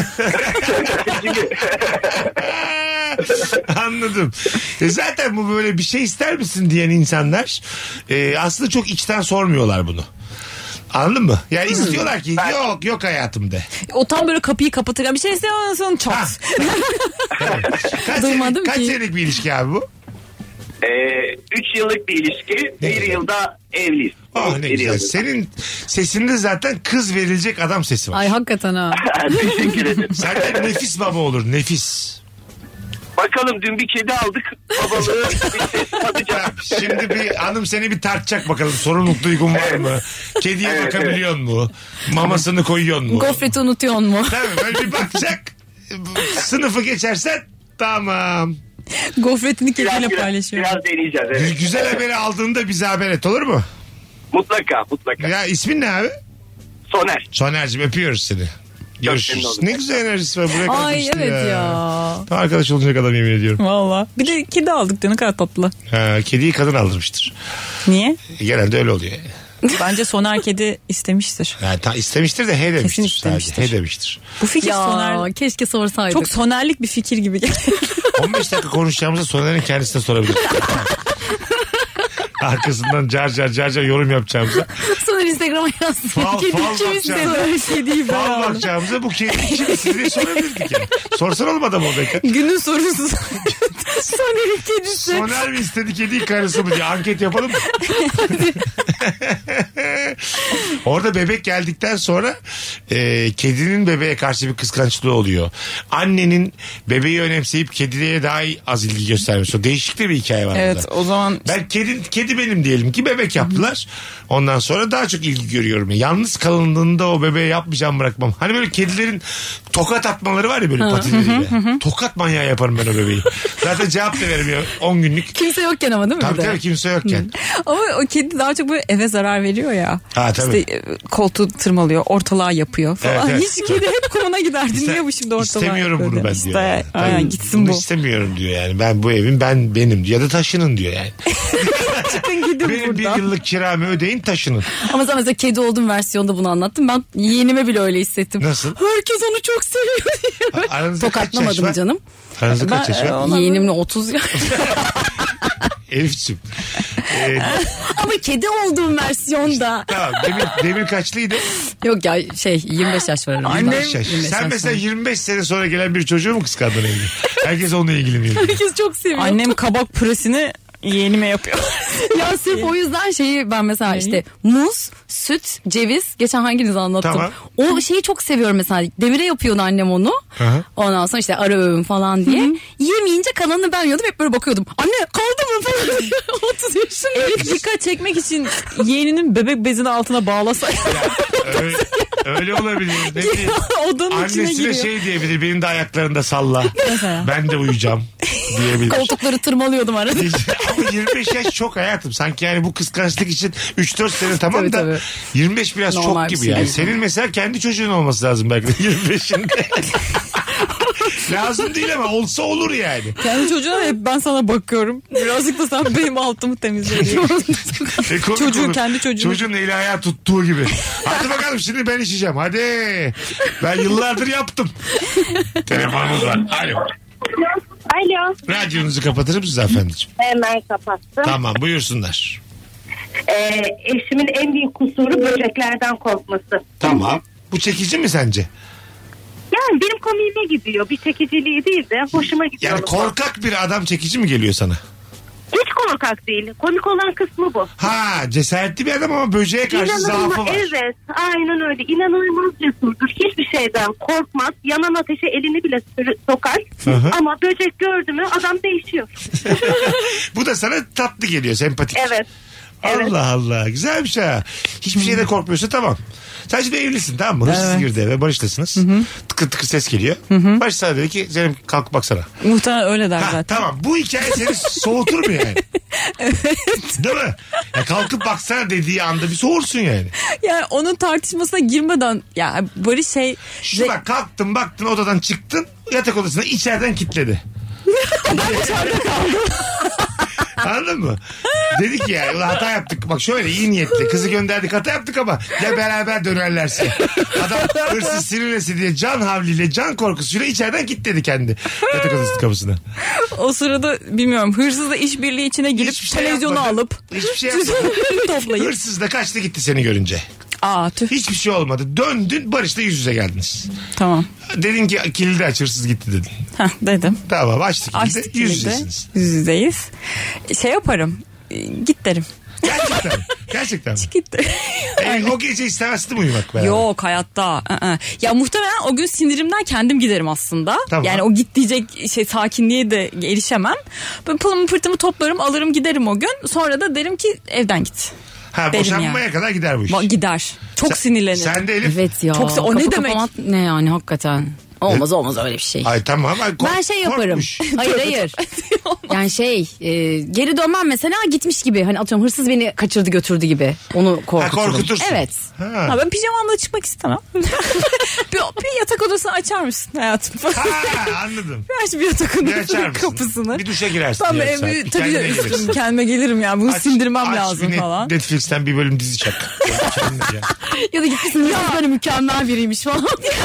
anladım. E zaten bu böyle bir şey ister misin diyen insanlar e, aslında çok içten sormuyorlar bunu. Anladın mı? Yani istiyorlar ki yok yok hayatım de. O tam böyle kapıyı kapatırken bir şey istiyorsan Ha. çat. Kaç, Duymadım senelik, kaç ki. senelik bir ilişki abi bu? üç yıllık bir ilişki. Ne Bir güzel. yılda evliyiz. Oh ne Bir güzel. yılda. Senin sesinde zaten kız verilecek adam sesi var. Ay hakikaten ha. Teşekkür ederim. Senden nefis baba olur nefis. Bakalım dün bir kedi aldık. Babalığı bir ses tadacak. Şimdi bir hanım seni bir tartacak bakalım. Sorumluluk duygun var mı? Kediye Evet, bakabiliyor mu? Mamasını koyuyor mu? Gofreti unutuyor mu? Tabii böyle bir bakacak. Sınıfı geçersen tamam. Gofretini Biraz, kediyle biraz, paylaşıyor. biraz deneyeceğiz. Evet. Güzel haberi aldığında bize haber et, olur mu? Mutlaka mutlaka. Ya ismin ne abi? Soner. Soner'cim öpüyoruz seni. memnun Görüşürüz. oldum. Ne güzel enerjisi var, buraya Ay kalkmıştı evet ya. Tam arkadaş olacak adam, yemin ediyorum. Valla. Bir de kedi aldık diyor, ne kadar tatlı. Ha, kediyi kadın aldırmıştır. Niye? Genelde öyle oluyor. Bence Soner kedi istemiştir. Yani ta, istemiştir de he demiştir. Kesin istemiştir. Sadece. He demiştir. Bu fikir Ya Soner... keşke sorsaydık. Çok Sonerlik bir fikir gibi geldi. on beş dakika konuşacağımızda Soner'in kendisine sorabiliriz. Arkasından car car car car yorum yapacağımıza. Sonra Instagram'a yazsın. Fal, Kedi fal kim bakacağımıza. istedi? Kediyi ben Fal aldım. bakacağımıza bu kedi kimsin diye sorabilirdik yani. Sorsan olmadı mı oradayken? Günün sorusu. Soner'in kedisi. Soner mi istedi kediyi, karısı mı diye anket yapalım mı? Orada bebek geldikten sonra e, kedinin bebeğe karşı bir kıskançlığı oluyor. Annenin bebeği önemseyip kediye daha az ilgi göstermesi. O değişik de bir hikaye var Evet burada. o zaman Ben kedi, kedi benim diyelim ki, bebek yaptılar. Ondan sonra daha çok ilgi görüyorum. Yalnız kalındığında o bebeğe yapmayacağım, bırakmam. Hani böyle kedilerin tokat atmaları var ya böyle patileriyle. Tokat manyağı yaparım ben o bebeği. Zaten cevap da vermiyor on günlük. Kimse yokken ama değil mi? Tabii bir de? tabii kimse yokken. ama o kedi daha çok böyle eve zarar veriyor ya. Ha, tabii. İşte e, koltuğu tırmalıyor, ortalığa yapıyor falan. Evet, evet. Hiç kedi hep kumuna gider. Dinliyor bu şimdi ortalığa. İstemiyorum yapıyor bunu ben diyor. diyor. İşte, Yani. aynen, Tabii, gitsin bunu bu. istemiyorum diyor yani. Ben bu evin ben benim diyor. Ya da taşının diyor yani. Çıkın gidin Benim bir buradan. yıllık kiramı ödeyin, taşının. Ama sen mesela kedi olduğum versiyonda bunu anlattım. Ben yeğenime bile öyle hissettim. Nasıl? Herkes onu çok seviyor diye. Aranızda kaç yaş Tokatlamadım var? canım. Aranızda kaç Ben, yaş var? e, ona- Yeğenimle otuz yaş. Elif'ciğim. Ee, Ama kedi olduğum versiyonda. tamam. Demir, demir kaçlıydı? Yok ya şey yirmi beş yaş var aramızda. yirmi beş yaş. yirmi beş Sen yaş mesela var. yirmi beş sene sonra gelen bir çocuğu mu kıskandın evde? Herkes onunla ilgileniyor. Herkes çok seviyor. Annem kabak püresini yeğenime yapıyor. Ya sırf o yüzden şeyi ben mesela işte muz, süt, ceviz. Geçen hanginizi anlattım. Tamam. O şeyi çok seviyorum mesela. Demire yapıyordu annem onu. Hı. Ondan sonra işte ara öğün falan diye. Yemeyince kalanını ben yiyordum. Hep böyle bakıyordum. Anne kaldı mı falan diye. otuz yaşında. Elif dikkat çekmek için yeğeninin bebek bezini altına bağlasa. Öyle, öyle olabilir. Ne bileyim. Odanın içine Annesine giriyor. şey diyebilir. Benim de ayaklarında salla. Ben de uyuyacağım diyebilir. Koltukları tırmalıyordum arada. Ama yirmi beş yaş çok hayatım. Sanki yani bu kıskançlık için üç dört sene tamam Tabii, da tabii. yirmi beş biraz Normal çok bir gibi şey yani. değil. Senin mesela kendi çocuğun olması lazım belki de yirmi beşinde. Lazım değil ama olsa olur yani. Kendi çocuğuna hep ben sana bakıyorum. Birazcık da sen benim altımı temizle diye. E, komik Çocuğun olur. kendi çocuğunu. Çocuğun eli ayağı tuttuğu gibi. Hadi bakalım şimdi ben içeceğim. Hadi. Ben yıllardır yaptım. Telefonumuz var. Alo. Alo. Radyonuzu kapatır mısınız efendiciğim? Hemen kapattım. Tamam, buyursunlar. Ee, eşimin en büyük kusuru böceklerden korkması. Tamam. Bu çekici mi sence? Yani benim komiğime gidiyor. Bir çekiciliği değil de hoşuma gidiyor. Yani korkak bir adam çekici mi geliyor sana? Hiç korkak değil. Komik olan kısmı bu. Ha, cesaretli bir adam ama böceğe karşı İnanılmaz, zaafı var. evet. Aynen öyle. İnanılmaz cesurdur. Hiçbir şeyden korkmaz. Yanan ateşe elini bile sür- sokar. Hı hı. Ama böcek gördü mü adam değişiyor. Bu da sana tatlı geliyor, sempatik. Evet. Evet. Allah Allah, güzelmiş ha. Hiçbir şeyde korkmuyorsa tamam. Sadece de evlisin, tamam mı? Hırsız Evet. girdi eve, Barış'tasınız. Tıkır tıkır ses geliyor. Barış sana dedi ki Zeynep kalk baksana. Muhtemelen öyle der Ha, zaten. tamam, bu hikaye seni soğutur mu yani? Evet. Değil mi? Ya kalkıp baksana dediği anda bir soğursun yani. Yani onun tartışmasına girmeden ya Barış şey Şu Ze- bak, kalktın baktın odadan çıktın, yatak odasına içeriden kilitledi. Anladın mı? Dedik ya ulan hata yaptık. Bak şöyle iyi niyetli. Kızı gönderdik, hata yaptık ama ya beraber dönerlerse. Adam hırsız sinirlesi diye can havliyle, can korkusuyla içeriden kilitledi kendi yatak odası kapısına. o sırada bilmiyorum hırsızla işbirliği içine girip Hiçbir şey televizyonu yapmadı. alıp Hiçbir şey yapmadı. toplayıp. Hırsız da kaçtı gitti seni görünce. Aa tüh. Hiçbir şey olmadı. Döndün, Barış'la yüz yüze geldiniz. Tamam. Dedin ki kilidi aç, hırsız gitti dedin. Heh, dedim. Tamam, açtık kilidi. Açtık Yüz kilidi. yüzesiniz. Yüz yüzeyiz. Şey yaparım. e, Git derim. Gerçekten. Gerçekten mi? Git derim. E, o gece istemezdi mi uyumak beraber? Yok hayatta. Aa. Ya muhtemelen o gün sinirimden kendim giderim aslında. Tamam. Yani o git diyecek şey sakinliğe de erişemem. Ben pılımı pırtımı toplarım alırım giderim o gün. Sonra da derim ki evden git. Ha, derim boşanmaya yani. kadar gider bu iş. Ba- Gider. Çok Sen- sinirlenirim. Sen de Elif. Evet ya. Çok se- o Kapı ne demek? kapamak ne yani hakikaten. Olmaz olmaz öyle bir şey. Ay tamam. Ay, kork- Ben şey yaparım. korkmuş. Hayır hayır. Yani şey e, geri dönmem mesela gitmiş gibi. Hani atıyorum hırsız beni kaçırdı götürdü gibi. Onu korkuturum. Ha, korkutursun. Evet. Ha. Ha, ben pijamamla çıkmak istemem. bir, bir yatak odasını açar mısın hayatım? Ha, anladım. Bir aç bir yatak Bir açar odasının mısın? kapısını. Bir duşa girersin. Tamam, yarım ev, saat. Bir tabii kendine de gelirsin. üstüm, kendime gelirim yani. Bunu Aç- sindirmem aç lazım bir net- falan. Netflix'ten bir bölüm dizi çak. Kendine gel. Ya da gitmişsin hırsız böyle mükemmel biriymiş falan.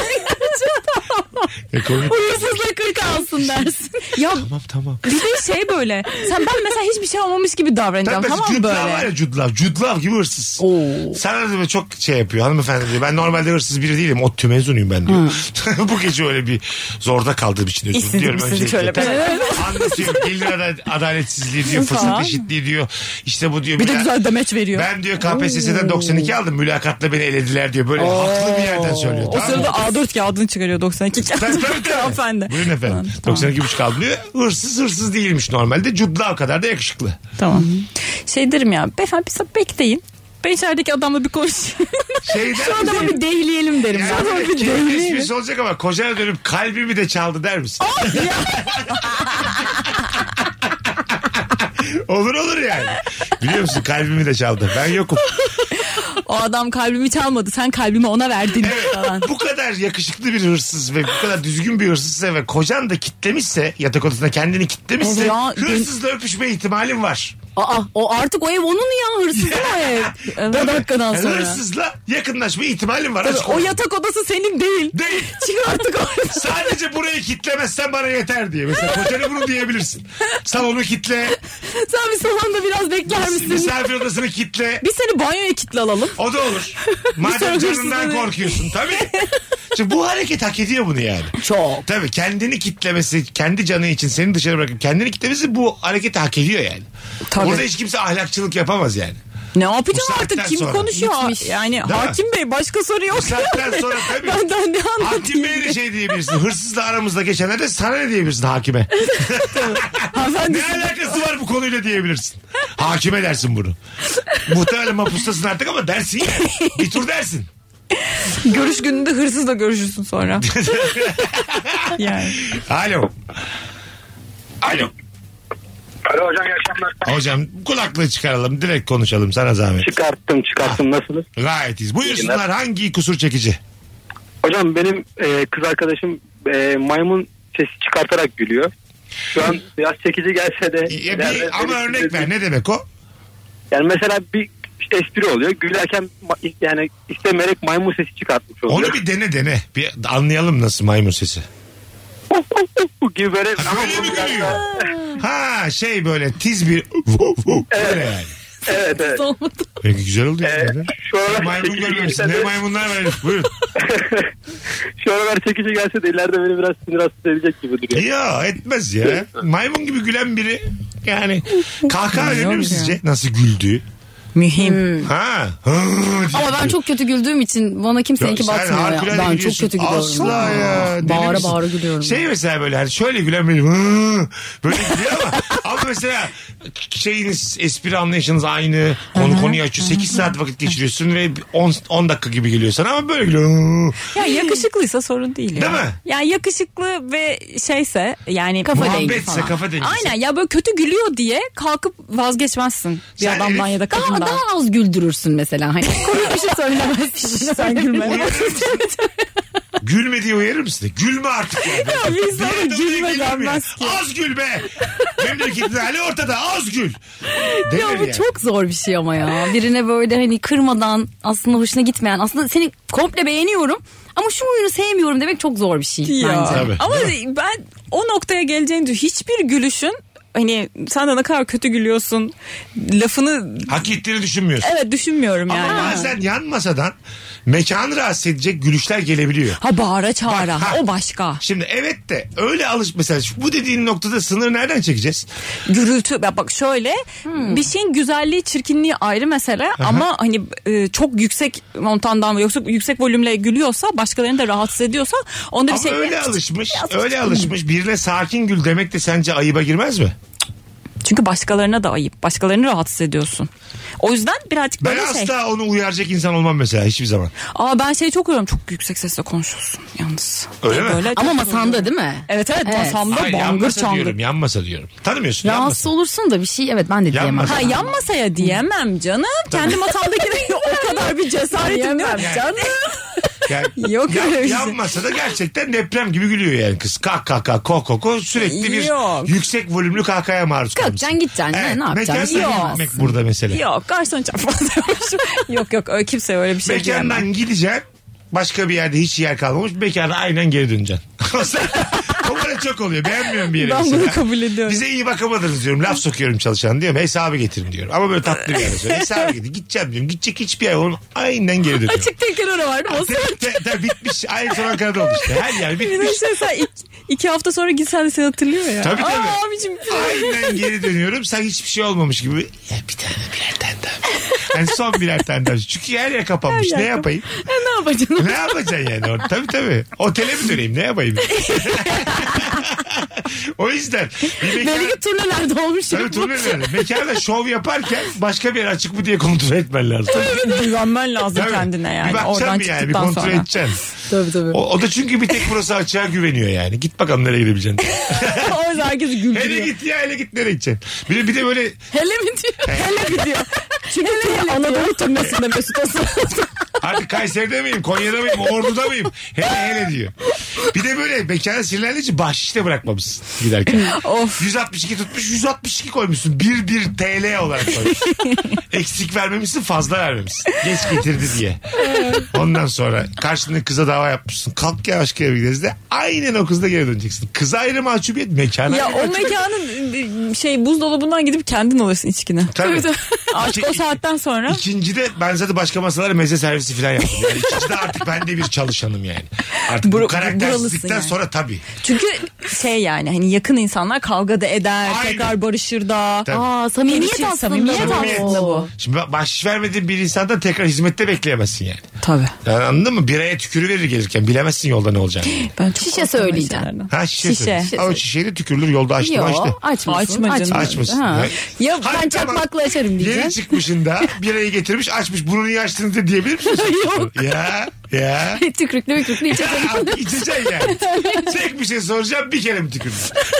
E, komik. Hırsızla kırk alsın dersin. Ya Tamam tamam. bir de şey böyle. Sen ben mesela hiçbir şey olmamış gibi davranacağım. Tabii Tamam Jude mı Law var böyle? ya Jude Law. Jude Law gibi hırsız. Sana da böyle çok şey yapıyor hanımefendi diyor. Ben normalde hırsız biri değilim. ODTÜ mezunuyum ben diyor. Bu gece öyle bir zorda kaldığım için özür İşsizlik, diliyorum. işsizlik öncelikle. şöyle. Anlatıyor. Gelir ada- adaletsizliği diyor. Fırsat Falan. eşitliği diyor. İşte bu diyor. Bir de ben- güzel demeç veriyor. Ben diyor K P S S'den doksan iki aldım. Mülakatla beni elediler diyor. Böyle haklı bir yerden söylüyor. O Tamam mı? sırada A dört kağıdını çıkarıyor doksan iki Tabii, kağıdını. tabii, tabii. Hanımefendi. Buyurun efendim. doksan iki buçuk aldım diyor. Hırsız hırsız değilmiş normalde. Jude Law kadar da yakışıklı. Tamam. Şey derim ya. Beyefendi bir bekleyin. Ben içerideki adamla bir konuşayım. Şeyden Şu adamı bir deyleyelim derim. Yani ben. böyle kelime esprisi olacak ama kocana dönüp kalbimi de çaldı der misin? olur olur yani. Biliyor musun kalbimi de çaldı. Ben yokum. O adam kalbimi çalmadı. Sen kalbimi ona verdin falan. Bu kadar yakışıklı bir hırsız ve bu kadar düzgün bir hırsızsa ve kocan da kitlemişse yatak odasında kendini kitlemişse Ya, hırsızla öpüşme ihtimalin var. Aa, o artık o ev onun ya hırsızın o ev. O dakikadan Yani sonra. hırsızla yakınlaşma ihtimalin var. Tabii, Açık o ol. yatak odası senin değil. Değil. Çık artık oradan. Sadece burayı kitlemezsen bana yeter diye. Mesela kocana bunu diyebilirsin. Salonu kitle. Sen bir salonda biraz bekler misin? Misafir odasını kitle. Biz seni banyoya kitle alalım. O da olur. sonra Madem canından hırsızlığı- korkuyorsun tabii. Şimdi bu hareket hak ediyor bunu yani. Çok. Tabii kendini kitlemesi, kendi canı için seni dışarı bırakıp kendini kitlemesi bu hareketi hak ediyor yani. Tabii. Burada hiç kimse ahlakçılık yapamaz yani. Ne yapacağım Bu artık? saatten Kim sonra. konuşuyor? Bitmiş. Yani mi? hakim bey başka soru yok. Bu saatten sonra tabii. Benden ne Hakim anlatayım? Bey'e de şey diyebilirsin. Hırsızla aramızda geçenlerde sana ne diyebilirsin hakime? Hanımefendi Ne alakası var bu konuyla diyebilirsin. Hakime dersin bunu. Muhtemelen mapustasın artık ama dersin yani. Bir tur dersin. görüş gününde hırsızla görüşürsün sonra. yani. Alo. Alo. Alo hocam iyi akşamlar. Hocam kulaklığı çıkaralım. Direkt konuşalım sana zahmet. Çıkarttım çıkarttım nasılsınız? Gayet iyiyiz. Buyursunlar hangi kusur çekici? Hocam benim e, kız arkadaşım e, maymun sesi çıkartarak gülüyor. Şu an biraz çekici gelse de. Ya ileride bir, ama benim örnek istediğim- ver ne demek o? Yani mesela bir espri oluyor. Gülerken ma- yani istemeyerek maymun sesi çıkartmış oluyor. Onu bir dene dene. Bir anlayalım nasıl maymun sesi. gibi böyle. Ha, böyle mi gülüyor? Ha şey böyle tiz bir böyle yani. Evet evet. Peki güzel oldu ya. Ee, Neden? şu aralar Maymun çekici görmemişsin. gelse Ne de- maymunlar var herif. Buyurun. Şu aralar çekici gelse de ileride beni biraz sinir hastası edecek gibi duruyor. Ya etmez ya. Maymun gibi gülen biri yani kahkaha önemli mi ya. sizce? Nasıl güldüğü? Mühim. Ha. Ama ben çok kötü güldüğüm için bana kimseninki Yok, sen batmıyor ya. harikulade Ben çok gülüyorsun. kötü gülüyorum. Asla ya. Deli Bağıra misin? bağıra gülüyorum. Şey mesela böyle hani şöyle gülen böyle "Hı", böyle gülüyor ama ama mesela şeyiniz espri anlayışınız aynı. Konu konuyu açıyor. sekiz saat vakit geçiriyorsun ve on dakika gibi geliyor sana ama böyle gülüyor. "Hı". Ya yakışıklıysa sorun değil ya. Değil mi? Yani yakışıklı ve şeyse yani Kafa dengi Muhabbetse falan. kafa dengesi. Aynen ya böyle kötü gülüyor diye kalkıp vazgeçmezsin bir Sen adamdan herif- ya da Daha, kadından. daha az güldürürsün mesela. Hani komik bir şey söylemezsin. Sen gülme. Uyarır mısın? Gülme diye uyarır mısın? Gülme artık. Ya, biz sana Bir de gülme gülme ya. denmez ki. Az gül be. Memleketin hali ortada az gül. Denir Ya bu yani. çok zor bir şey ama ya. Birine böyle hani kırmadan aslında hoşuna gitmeyen. Aslında seni komple beğeniyorum ama şu oyunu sevmiyorum demek çok zor bir şey Ya. bence. Tabii. Ama ben o noktaya geleceğini düşünüyorum. Hiçbir gülüşün hani sen de ne kadar kötü gülüyorsun lafını Hak ettiğini düşünmüyorsun. evet düşünmüyorum yani. Ama bazen yan masadan mekanı rahatsız edecek gülüşler gelebiliyor. Ha bağıra çağıra Bak, ha. o başka. Şimdi evet de öyle alış mesela şu- bu dediğin noktada sınır nereden çekeceğiz? Gürültü ya bak şöyle bir şeyin güzelliği çirkinliği ayrı mesele ama hani e, çok yüksek montandan yoksa yüksek volümle gülüyorsa başkalarını da rahatsız ediyorsa onda bir Ama şey öyle alışmış öyle alışmış birine sakin gül demek de sence ayıba girmez mi? Çünkü başkalarına da ayıp. Başkalarını rahatsız ediyorsun. O yüzden birazcık Ben böyle şey. asla onu uyaracak insan olmam mesela hiçbir zaman. Aa ben şey çok uyuyorum. Çok yüksek sesle konuşuyorsun yalnız. Öyle mi? Böyle Ama çok masanda uyuyorum. değil mi? Evet evet, Evet. masamda Hayır, yan bangır masa çangır. diyorum, yan masa diyorum. Tanımıyorsun, yan Rahatsız masa. olursun da bir şey evet ben de diyemem. masa. Ha yan masaya diyemem canım. Kendi masamdakine o kadar bir cesaretim yok canım. Yani Yok yan, öyle bir yan şey. masada gerçekten deprem gibi gülüyor yani kız. Kah kah kah ko ko ko sürekli bir Yok. yüksek volümlü kahkahaya maruz kalmışsın. Kalkacaksın gideceksin. Ne- ne yapacaksın? Mekandan Yok. gitmek burada mesele. Yok garson çarpmaz. yok yok öyle kimse öyle bir şey diyemem. Mekandan gideceksin. Başka bir yerde hiç yer kalmamış. Mekana aynen geri döneceksin. O bana çok oluyor. Beğenmiyorum bir yere. Ben mesela. bunu kabul ediyorum. Bize iyi bakamadınız diyorum. Laf sokuyorum çalışan diyorum. Hesabı getirin diyorum. Ama böyle tatlı bir yere söylüyorum. Hesabı getirin. Gideceğim diyorum. Gidecek hiçbir yer. Onun aynen geri dönüyorum. Açık tekrar oraya vardı. O Te- te- te- bitmiş. Aynı son Ankara'da oldu işte. Her yer Bir de bitmiş. şey sen iki, iki hafta sonra gitsen de seni hatırlıyor ya. Tabii, tabii. Aa abicim. Aynen geri dönüyorum. Sanki hiçbir şey olmamış gibi. Ya bir tane birer tane daha. Yani son birer tane daha. Çünkü her yer kapanmış. Her Ne yer yapayım? ne yapacaksın? Ne yapacaksın yani orada? Tabii tabii. Otele mi döneyim? Ne yapayım? O yüzden bir mekan... Belki turnelerde olmuş. Tabii turnelerde. Mekanda şov yaparken başka bir yer açık mı diye kontrol etmen lazım. Güvenmen lazım Tabii. kendine yani. Bir bakacaksın Oradan bir yani. Bir çıktıktan kontrol sonra. edeceksin. Tabii tabii. O, o da çünkü bir tek burası açığa güveniyor yani. Git bakalım nereye gidebileceksin. o yüzden herkes hele güldürüyor. git ya hele git nereye gideceksin. Bir de, bir de böyle Hele mi diyor? Hele gidiyor. Çünkü Anadolu turnesinde Mesut Aslan. artık Kayseri'de miyim, Konya'da mıyım, Ordu'da mıyım? Hele hele diyor. Bir de böyle mekana sinirlendiği için bahşişte bırakmamışsın giderken. Of. yüz altmış iki tutmuş, yüz altmış iki koymuşsun. Bir bir T L olarak koymuşsun. Eksik vermemişsin, fazla vermemişsin. Geç getirdi diye. Ondan sonra karşındaki kıza dava yapmışsın. Kalk ya başka yere gideriz de aynen o kızla geri döneceksin. Kıza ayrı mahcubiyet, mekana Ya ayrı o mahcubiyet. mekanın şey buzdolabından gidip kendin alırsın içkini. Tabii. Artık o saatten sonra. İkincide ben zaten başka masalara meze servisi falan yaptım. Yani ikincide artık ben de bir çalışanım yani. Artık bu Bur- karaktersizlikten buralısın yani. sonra tabii. Çünkü şey yani hani yakın insanlar kavga da eder, Aynen. tekrar barışır da. Tabii. Aa samimiyet Gelişir, aslında. samimiyet Samimiyet aslında bu. Şimdi bak, bahşiş vermediğin bir insandan tekrar hizmette bekleyemezsin yani. Tabii. Yani anladın mı? Biraya tükürüverir gelirken bilemezsin yolda ne olacağını. Ben çok Şişe korkarım söyleyeceksin. şeylerden. Ha şişe. Şişe. söyle. Şişe Ama o şişeyi de tükürülür yolda açtı mı açtı. Yok açmasın. Açma canım. Açmasın. Ha. Ya- Ya Hayır, ben tamam. çakmakla açarım Yeni diyeceğim. çıkmışın da birayı getirmiş açmış bunu niye açtınız de diyebilir misin? Yok. Ya ya. Tükrüklü mükrüklü içeceğim. Artık içeceksin yani. Tek bir şey soracağım bir kere mi tükürdün?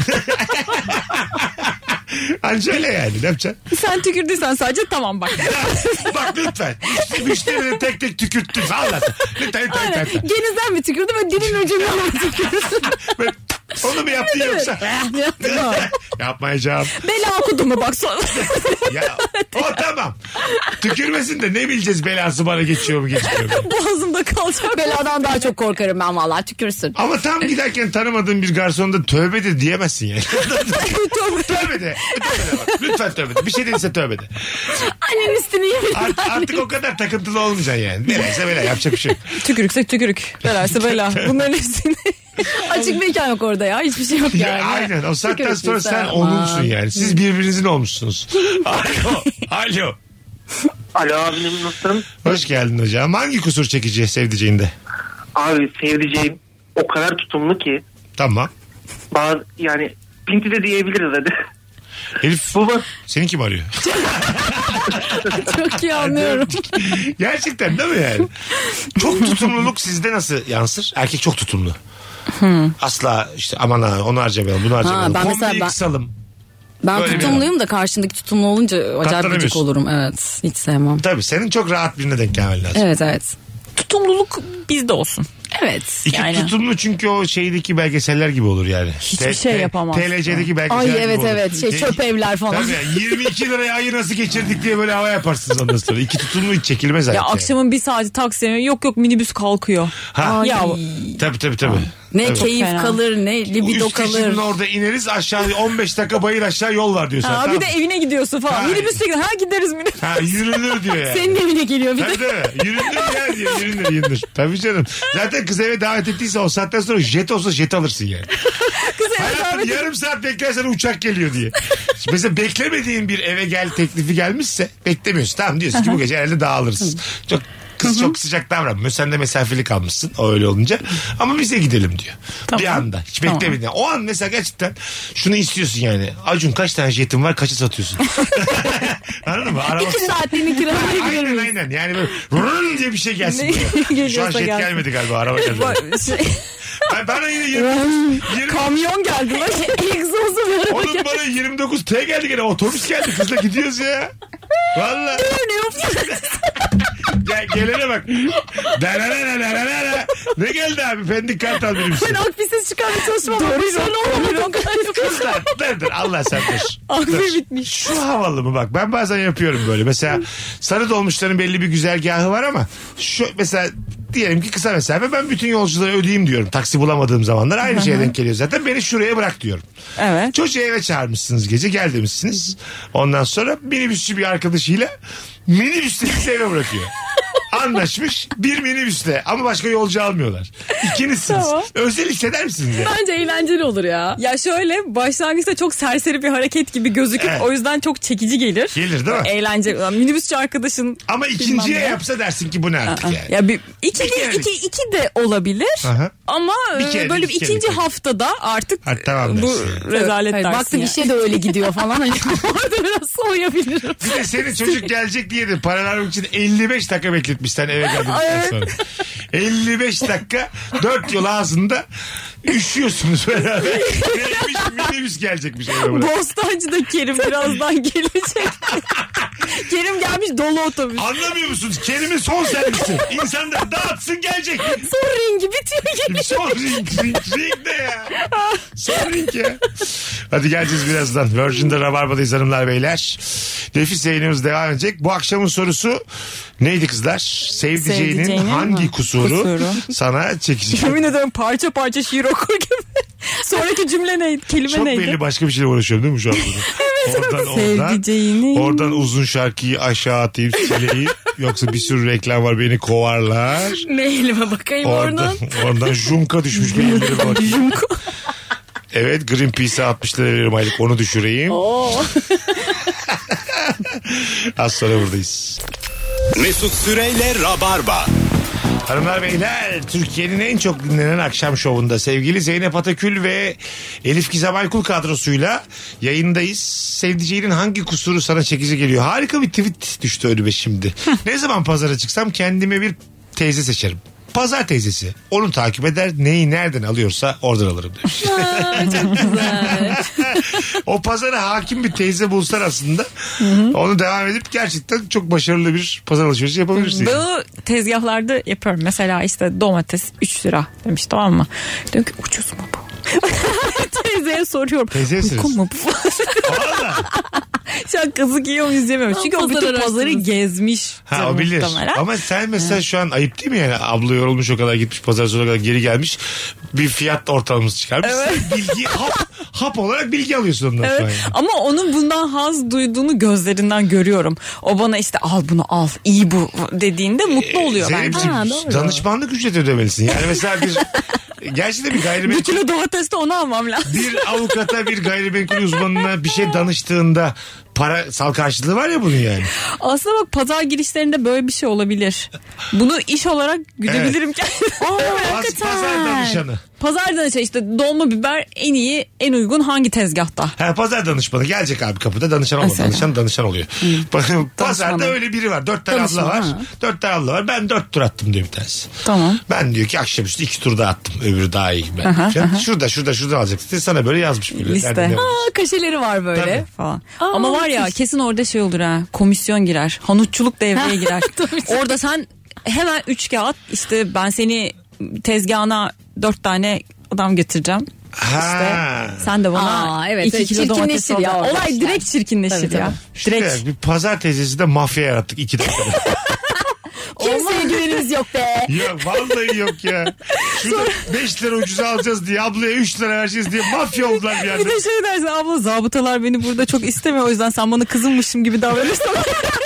Anca öyle yani ne yapacaksın? Sen tükürdüysen sadece tamam bak. Bak lütfen. Müşteri- Müşterileri tek tek tükürttün. Allah. Lütfen lütfen lütfen. lütfen. Genizden mi tükürdü ve dilin ucundan mı tükürdü? Ben- Onu mu yaptın yoksa? Yapma. Yapmayacağım. Bela okudu mu bak sonra. Ya o tamam. Tükürmesin de ne bileceğiz belası bana geçiyor mu geçmiyor mu? Boğazımda kalacak. Beladan daha çok korkarım ben vallahi tükürsün. Ama tam giderken tanımadığın bir garsonda tövbe de diyemezsin yani. tövbe. tövbe de. Tövbe de bak. Lütfen tövbe de. Bir şey değilse tövbe de. Annenin üstünü yemin. Art, artık o kadar takıntılı olmayacaksın yani. Neredeyse böyle yapacak bir şey yok. Tükürükse tükürük. Belaysa bela. Bunların hepsini. Açık mekan yok orada ya. Hiçbir şey yok Ya yani. aynen o saatten Tükürürsün sonra sen sen, onunsun aman. yani. Siz birbirinizin olmuşsunuz. Alo. Alo. Alo abim nasılsın? Hoş geldin hocam. Hangi kusur çekici sevdiceğinde? Abi sevdiceğim o kadar tutumlu ki Tamam. bazı yani pinti de diyebiliriz hadi. Elif Bu bak seni kim arıyor? Çok iyi anlıyorum. Gerçekten değil mi yani? Çok tutumluluk sizde nasıl yansır? Erkek çok tutumlu. Asla işte aman ha onu harcamayalım bunu harcamayalım. ben Kombiyi mesela ben- kısalım. Ben Böyle bir tutumluyum da karşındaki tutumlu olunca acayip gıcık Katlanamıyorsun. olurum. Evet. Hiç sevmem. Tabii senin çok rahat birine denk gelmen lazım. Evet evet. Tutumluluk bizde olsun. Evet. İki Yani. tutumlu çünkü o şeydeki belgeseller gibi olur yani. Hiçbir şey yapamaz. T L C'deki belgeseller Ay gibi evet olur. evet. Şey Te- çöp evler falan. Tabii yirmi iki liraya ayı nasıl geçirdik diye böyle hava yaparsınız ondan sonra. İki tutumlu hiç çekilmez Ya artık. yani. akşamın bir saati taksiye yok yok minibüs kalkıyor. Ha. Ay. Ya Tabii tabii tabii. Ne Tabii. keyif fena. kalır ne libido Üst kalır. geçidin orada ineriz aşağı on beş dakika bayır aşağı yol var diyorsun. ha, tamam. bir de evine gidiyorsun falan. Ha. Minibüsle gidiyor. Ha gideriz minibüs. Ha yürünür diyor yani. Senin evine geliyor bir de. Tabii tabii. Yürünür ya diyor. Yürünür yürünür. Tabii canım. Zaten kız eve davet ettiyse o saatten sonra jet olsa jet alırsın yani. Kız eve Hayatım davet yarım saat beklersen uçak geliyor diye. Şimdi mesela beklemediğin bir eve gel teklifi gelmişse beklemiyorsun. Tamam diyorsun ki bu gece herhalde dağılırız. Çok Kız çok sıcak davranmıyor. Sen de mesafeli kalmışsın o öyle olunca. Ama bize gidelim diyor. Tamam. Bir anda. Hiç Tamam. beklemedin. O an mesela gerçekten şunu istiyorsun yani. Acun kaç tane jetin var, kaçı satıyorsun? Anladın mı? Araba... İki saatliğini kiraya girer Aynen miyiz? aynen. Yani böyle rrrn diye bir şey gelsin. Ne buraya. Şu an geliyorsa jet gelsin. gelmedi galiba. Araba geldi. Şey, Ben, bana yine yirmi, yirmi, kamyon geldi lan. Egzozu bir araba oğlum geldi. bana yirmi dokuz T geldi gene. Otobüs geldi. Kızla gidiyoruz ya. Valla. Ne yapıyorsun? Gel, gelene bak. Darararararara. Ne geldi abi? Pendik Kartal benim için. Ben Akbisiz çıkarmaya çalışmam. Doğru Doğru. Kızlar dur dur Allah sen dur. Akbil Dur. bitmiş. Şu havalı mı bak, ben bazen yapıyorum böyle. Mesela sarı dolmuşların belli bir güzergahı var ama şu mesela diyelim ki kısa mesafe, ben bütün yolcuları ödeyeyim diyorum. Taksi bulamadığım zamanlar aynı şeye denk geliyor zaten. Beni şuraya bırak diyorum. Evet. Çocuğu eve çağırmışsınız gece, gel demişsiniz. Ondan sonra minibüsçü bir arkadaşıyla minibüsle sizi eve bırakıyor. Anlaşmış bir minibüsle ama başka yolcu almıyorlar. İkinizsiniz. Tamam. Özel hisseder misiniz ya? Bence eğlenceli olur ya. Ya şöyle başlangıçta çok serseri bir hareket gibi gözüküp Evet. o yüzden çok çekici gelir. Gelir değil mi? Eğlenceli. Yani minibüsçü arkadaşın Ama bilmem ikinciye ne. yapsa dersin ki bu ne artık yani. Ya bir iki, Bir iki, kerelik. iki, iki de olabilir. Aha. Ama Bir e, kerelik, böyle bir iki ikinci kerelik. haftada artık Ha, tamam bu dersin. rezalet Hayır, dersin. baktım yani. işe de öyle gidiyor falan. Hani orada biraz soğuyabilirim. Bir de senin çocuk gelecek diye de para vermek için elli beş dakika bekletmiş sen eve geldikten Evet. sonra. elli beş dakika dört yol ağzında üşüyorsunuz beraber. Neymiş, minibüs gelecekmiş eve bırak. Bostancı'da Kerim birazdan gelecek. Kerim gelmiş dolu otobüs. Anlamıyor musunuz? Kelime son servisi. İnsanlar dağıtsın gelecek. Son rengi bitiyor gibi. Son ring, ring, ring ne ya? Son ring ya. Hadi geleceğiz birazdan. Virgin'de Rabarba'dayız hanımlar beyler. Nefis yayınımız devam edecek. Bu akşamın sorusu neydi kızlar? Sevdiceğinin, Sevdiceğinin hangi mi? kusuru, Kusuru. sana çekecek? Yemin ederim parça parça şiir okur gibi. Sonraki cümle neydi? Kelime Çok neydi? belli başka bir şeyle uğraşıyorum değil mi şu an? Evet. Oradan, oradan, Sevdiceğinin. oradan uzun şarkıyı aşağı atayım sileyim. Yoksa bir sürü reklam var, beni kovarlar. Mailime bakayım Oradan, oradan. oradan jumka düşmüş benim elime bakayım. Evet, Greenpeace'e altmış lira veririm aylık, onu düşüreyim. Az sonra buradayız. Mesut Süreyle Rabarba. Hanımlar beyler, Türkiye'nin en çok dinlenen akşam şovunda sevgili Zeynep Atakül ve Elif Gizem Aykul kadrosuyla yayındayız. Sevdiceğinin hangi kusuru sana çekici geliyor? Harika bir tweet düştü önüme şimdi. Ne zaman pazara çıksam kendime bir teyze seçerim. Pazar teyzesi. Onu takip eder, neyi nereden alıyorsa oradan alırım demiş. Çok güzel. O pazara hakim bir teyze bulsan aslında onu devam edip gerçekten çok başarılı bir pazar alışverişi yapabilirsin. Bu tezgahlarda yapıyorum. Mesela işte domates üç lira demiş, tamam mı? Diyor ki ucuz mu bu? Teyzeye soruyorum. Teyzeye Uygun soruyorsun. mu bu? Valla. Şu an kazık yiyor muyuz demiyorum. Çünkü o Pazar bütün pazarı araştırması. gezmiş. Ha o bilir. Muhtemelen. Ama sen mesela şu an ayıp değil mi yani? Abla yorulmuş o kadar, gitmiş pazar sonuna kadar geri gelmiş. Bir fiyat ortalaması çıkarmış. Sen bilgi hap, hap olarak bilgi alıyorsun ondan Evet. sonra. Yani. Ama onun bundan haz duyduğunu gözlerinden görüyorum. O bana işte al bunu al iyi bu dediğinde mutlu oluyor bence. Zeynep'ciğim, Ha, doğru. danışmanlık ücreti ödemelisin. Yani mesela bir gerçi de bir Bir gayrimenkul kilo domates de onu almam lazım. bir avukata, bir gayrimenkul uzmanına bir şey danıştığında parasal karşılığı var ya bunun yani. Aslında bak pazar girişlerinde böyle bir şey olabilir. Bunu iş olarak güdebilirim kendime. Paz- Pazar danışanı. Pazar danışanı işte dolma biber en iyi en uygun hangi tezgahta? Ha, pazar danışmanı gelecek abi kapıda, danışan olmadı. Mesela. Danışan danışan oluyor. Pazarda Danışmanı. öyle biri var. Dört tane Danışman, abla var. ha. Dört tane abla var. Ben dört tur attım diyor bir tanesi. Tamam. Ben diyor ki akşamüstü iki tur daha attım. Öbürü daha iyi. Ben Aha, diyeceğim. aha. Şurada şurada şurada alacaksın. Sana böyle yazmış böyle. Liste. Nerede ne var? Aa, kaşeleri var böyle. Tabii. Falan. Aa, Ama var ya müthiş. kesin orada şey olur ha. Komisyon girer. Hanutçuluk devreye girer. Orada sen hemen üç kağıt işte ben seni tezgahına dört tane adam getireceğim. Ha. İşte sen de bana Aa, evet, iki evet, kilo domates çirkinleşir ya alacaksın. orada Olay işler. direkt çirkinleşir Tabii, ya. İşte Direkt. bir pazar teyzesi de mafya yarattık iki dakikada. Kimseye güvenimiz yok be. Ya vallahi yok ya. Şurada beş lira ucuza alacağız diye ablaya üç lira vereceğiz diye mafya oldular bir Bir yerde. de şey dersin abla zabıtalar beni burada çok istemiyor o yüzden sen bana kızılmışım gibi davranırsan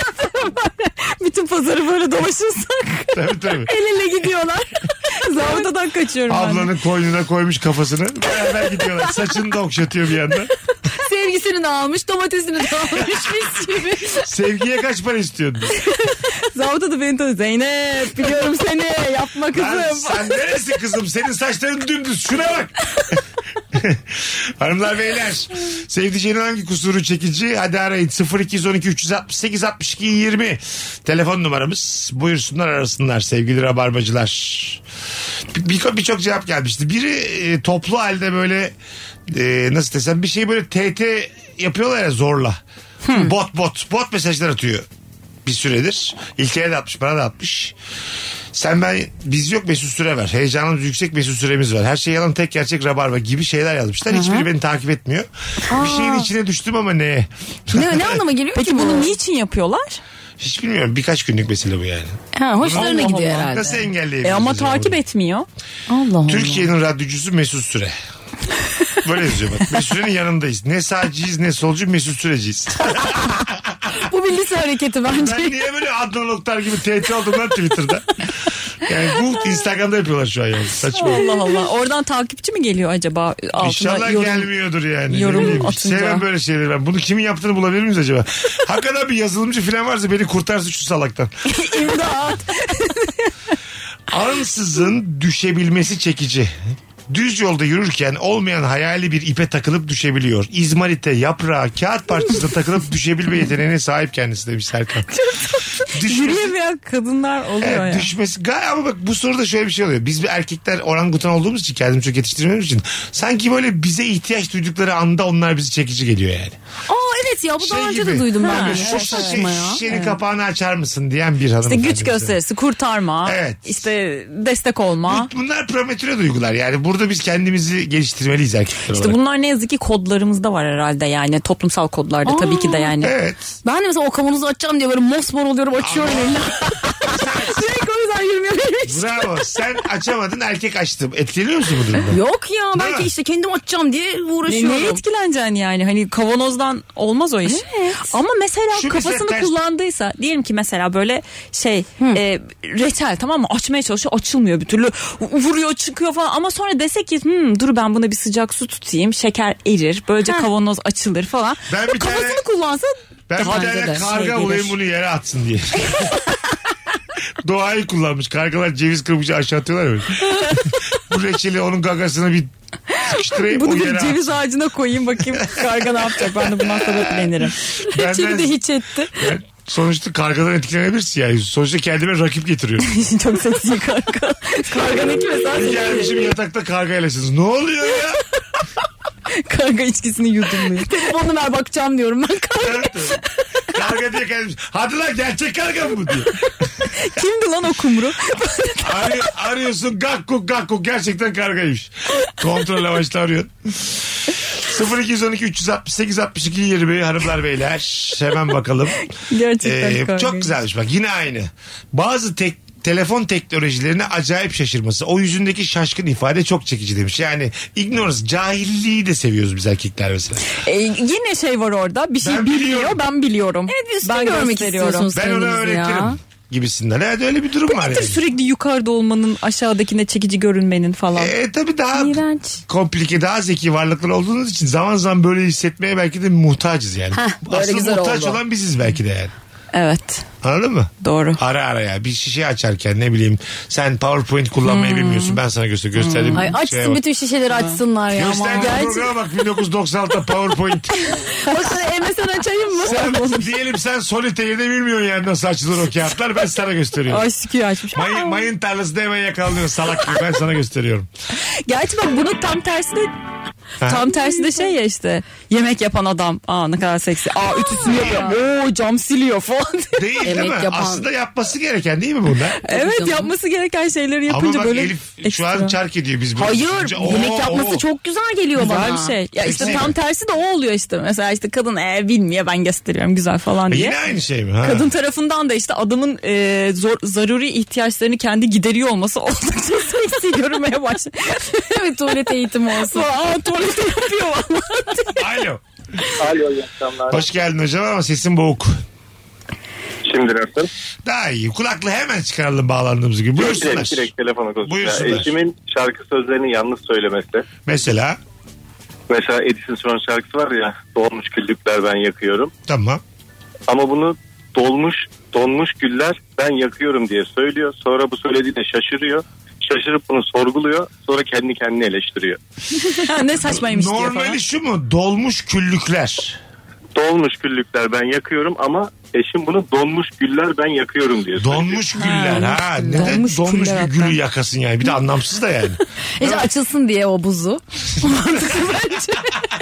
bütün pazarı böyle dolaşırsak Tabii tabii. el ele gidiyorlar. Zabıtadan kaçıyorum ben. de. Ablanın koynuna koymuş kafasını. Beraber gidiyorlar. Saçını da okşatıyor bir yandan. Senin Sevgisini de almış, domatesini de almış mis gibi. Sevgiye kaç para istiyordun? Zabıta da beni tanıyor. Zeynep biliyorum seni yapma Lan kızım. sen neresi kızım? Senin saçların dümdüz. Şuna bak. Hanımlar beyler, sevdiceğinin hangi kusuru çekici? Hadi arayın. sıfır iki on iki üç altı sekiz altmış iki yirmi telefon numaramız. Buyursunlar, arasınlar sevgili rabarbacılar. Bir- Birçok cevap gelmişti. Biri e, toplu halde böyle e, nasıl desem bir şey böyle T T yapıyorlar ya zorla. Bot bot bot mesajlar atıyor bir süredir. İlker'e de atmış, bana da atmış. Sen ben biz yok Mesut Süre var. Heyecanımız yüksek Mesut Süre'miz var. Her şey yalan tek gerçek rabarba gibi şeyler yazmışlar. Hiçbiri beni takip etmiyor. Aa. Bir şeyin içine düştüm ama neye? Ne, ne anlama geliyor Peki ki bu? bunu niçin yapıyorlar? Hiç bilmiyorum. Birkaç günlük mesele bu yani. Ha, hoşlarına Allah gidiyor Allah. herhalde. Nasıl engelleyebiliriz? E ama acaba takip bunu? etmiyor. Allah Allah. Türkiye'nin radyocusu Mesut Süre. Böyle yazıyor bak. Mesut Süre'nin yanındayız. Ne sağcıyız ne solcu, Mesut Süreciyiz. Bu bir lise hareketi bence. Ben niye böyle Adnan Oktar gibi T T oldum lan Twitter'da? Yani bu Instagram'da yapıyorlar şu an yani. Saçma. Allah Allah. Oradan takipçi mi geliyor acaba? Altına İnşallah yorum- gelmiyordur yani. yorum Ne bileyim, atınca. sevmem böyle şeyleri ben. Bunu kimin yaptığını bulabilir miyiz acaba? Hakikaten bir yazılımcı falan varsa beni kurtarsın şu salaktan. İmdat. Ansızın düşebilmesi çekici. Düz yolda yürürken olmayan hayali bir ipe takılıp düşebiliyor. İzmarite, yaprağa, kağıt parçasına takılıp düşebilme yeteneğine sahip kendisi demiş Serkan. Düşmesi, Yürüyemeyen kadınlar oluyor evet, ya. düşmesi. Gay- Ama bak bu soruda şöyle bir şey oluyor. Biz bir erkekler orangutan olduğumuz için, kendimizi çok yetiştirmemiz için sanki böyle bize ihtiyaç duydukları anda onlar bizi çekici geliyor yani. Aa evet ya bu Şey daha önce gibi. de duydum ben. Ha, bunu. Şu Çok şişe- saçma ya. şişenin kapağını açar mısın diyen bir İşte hanımefendi. güç gösterisi, kurtarma, Evet. işte destek olma. Bu- Bunlar prematüre duygular yani. Burada biz kendimizi geliştirmeliyiz erkekler İşte olarak. bunlar ne yazık ki kodlarımızda var herhalde yani toplumsal kodlarda Aa. tabii ki de yani. Evet. Ben de mesela o kavanozu açacağım diye böyle mosmor oluyorum, açıyorum elimle. Direkt o yüzden yürümüyorum. Bravo. Sen açamadın, erkek açtı. Etkileniyor musun bu durumda? Yok ya Değil belki mi? işte kendim açacağım diye Ne, uğraşıyorum. neye etkileneceksin yani hani kavanozdan olmaz o iş. Evet. Ama mesela Şu kafasını mesela ters- kullandıysa diyelim ki mesela böyle şey e, reçel tamam mı açmaya çalışıyor açılmıyor bir türlü vuruyor çıkıyor falan ama sonra desek ki hmm, dur ben buna bir sıcak su tutayım şeker erir böylece Heh. kavanoz açılır falan. Ben Böyle bir tane- kafasını kullansa Ben daha bir önce tane de karga şey bulayım gelir. bunu yere atsın diye. Doğayı kullanmış. Kargalar ceviz kırmışı aşağı atıyorlar ya. böyle. Bu reçeli onun gagasına bir sıkıştırayım Bunu o bir yere ceviz atsın. ağacına koyayım bakayım karga ne yapacak ben de bundan sebeplenirim. Benden- Reçeli de hiç etti. Ben sonuçta kargadan etkilenebilirsin yani. Sonuçta kendime rakip getiriyorum. Çok seksi karga. Karga ne ki mesela? Bir gelmişim yatakta kargaylasınız. Ne oluyor ya? Karga içkisini yudumluyor. Telefonu ver bakacağım diyorum ben. Evet, evet. Karga diye gelmiş. Hadi lan gerçek karga mı bu diye. Kimdi lan o kumru? Arıyor, arıyorsun gakkuk gakkuk gerçekten kargaymış. Kontrol amaçlı arıyorsun. sıfır iki on iki üç altı sekiz altmış iki yirmi hanımlar beyler. Hemen bakalım. Gerçekten Ee, karga. çok güzelmiş bak yine aynı. Bazı tek telefon teknolojilerine acayip şaşırması. O yüzündeki şaşkın ifade çok çekici demiş. Yani ignorance, cahilliği de seviyoruz biz erkekler mesela. Ee, yine şey var orada. Bir şey Ben bilmiyor biliyorum. ben biliyorum. Evet bir üstün ben görmek gösteriyorum. istiyorsunuz Ben ona kendinizi ya. öğretirim gibisinden. Evet öyle bir durum var Nedir yani. sürekli yukarıda olmanın aşağıdakine çekici görünmenin falan. E, tabii daha İğrenç. komplike, daha zeki varlıklar olduğunuz için zaman zaman böyle hissetmeye belki de muhtacız yani. Heh, böyle Asıl güzel muhtaç oldu. olan biziz belki de yani. Evet Anladın mı? doğru. Ara ara ya bir şişe açarken ne bileyim sen PowerPoint kullanmayı bilmiyorsun ben sana göster gösterdim. Ay açsın bütün şişeleri açsınlar ya. Gösterdiğim Gerçi. programa bak bin dokuz yüz doksan altıda PowerPoint. O sana M S N açayım mı? Sen, diyelim sen Solitaire'de bilmiyorsun yani nasıl açılır o kağıtlar ben sana gösteriyorum. Ay siküyor açmış. Mayın, mayın tarlasında hemen yakalıyorsun salak gibi ben sana gösteriyorum. Gerçi bak bunun tam tersi de tam tersi de şey ya işte yemek yapan adam. Aa ne kadar seksi. Aa ütüsünü yapıyor. Oo cam siliyor falan. Değil değil Yemek mi? yapan- Aslında yapması gereken değil mi bunlar? Evet canım. yapması gereken şeyleri Ama yapınca bak böyle Elif şu an ekstra. çark ediyor biz. böyle Hayır düşününce. Oo, yemek yapması oo. çok güzel geliyor Güzel bana. bir şey. Ya işte Seksi tam mi? tersi de o oluyor işte. Mesela işte kadın e, bilmiyor ben gösteriyorum güzel falan E diye. yine aynı şey mi? Ha. Kadın tarafından da işte adamın e, zor, zaruri ihtiyaçlarını kendi gideriyor olması oldukça seksi görünmeye başladı. Evet tuvalet eğitimi olsun. Aa tuvalete yapıyor valla. Alo. Alo iyi akşamlar. Hoş geldin hocam ama sesin boğuk. Şimdi nasıl? Daha iyi. Kulaklığı hemen çıkaralım bağlandığımız gibi. Buyursunlar. Direkt, direkt telefonu konuşuyor. Buyursunlar. Eşimin şarkı sözlerini yanlış söylemesi. Mesela Mesela Edison son şarkısı var ya, dolmuş güllükler ben yakıyorum. Tamam. Ama bunu dolmuş donmuş güller ben yakıyorum diye söylüyor. Sonra bu söylediğine şaşırıyor. Şaşırıp bunu sorguluyor. Sonra kendi kendini eleştiriyor. Ne saçmaymış diye falan. Normali şu mu? Dolmuş küllükler. Dolmuş güllükler ben yakıyorum ama eşim bunu donmuş güller ben yakıyorum diye söylüyor. Donmuş güller. Ha, ha. Neden Donmuş donmuş güller bir gülü hatta. yakasın yani? Bir de anlamsız da yani. İşte açılsın diye o buzu. Bence.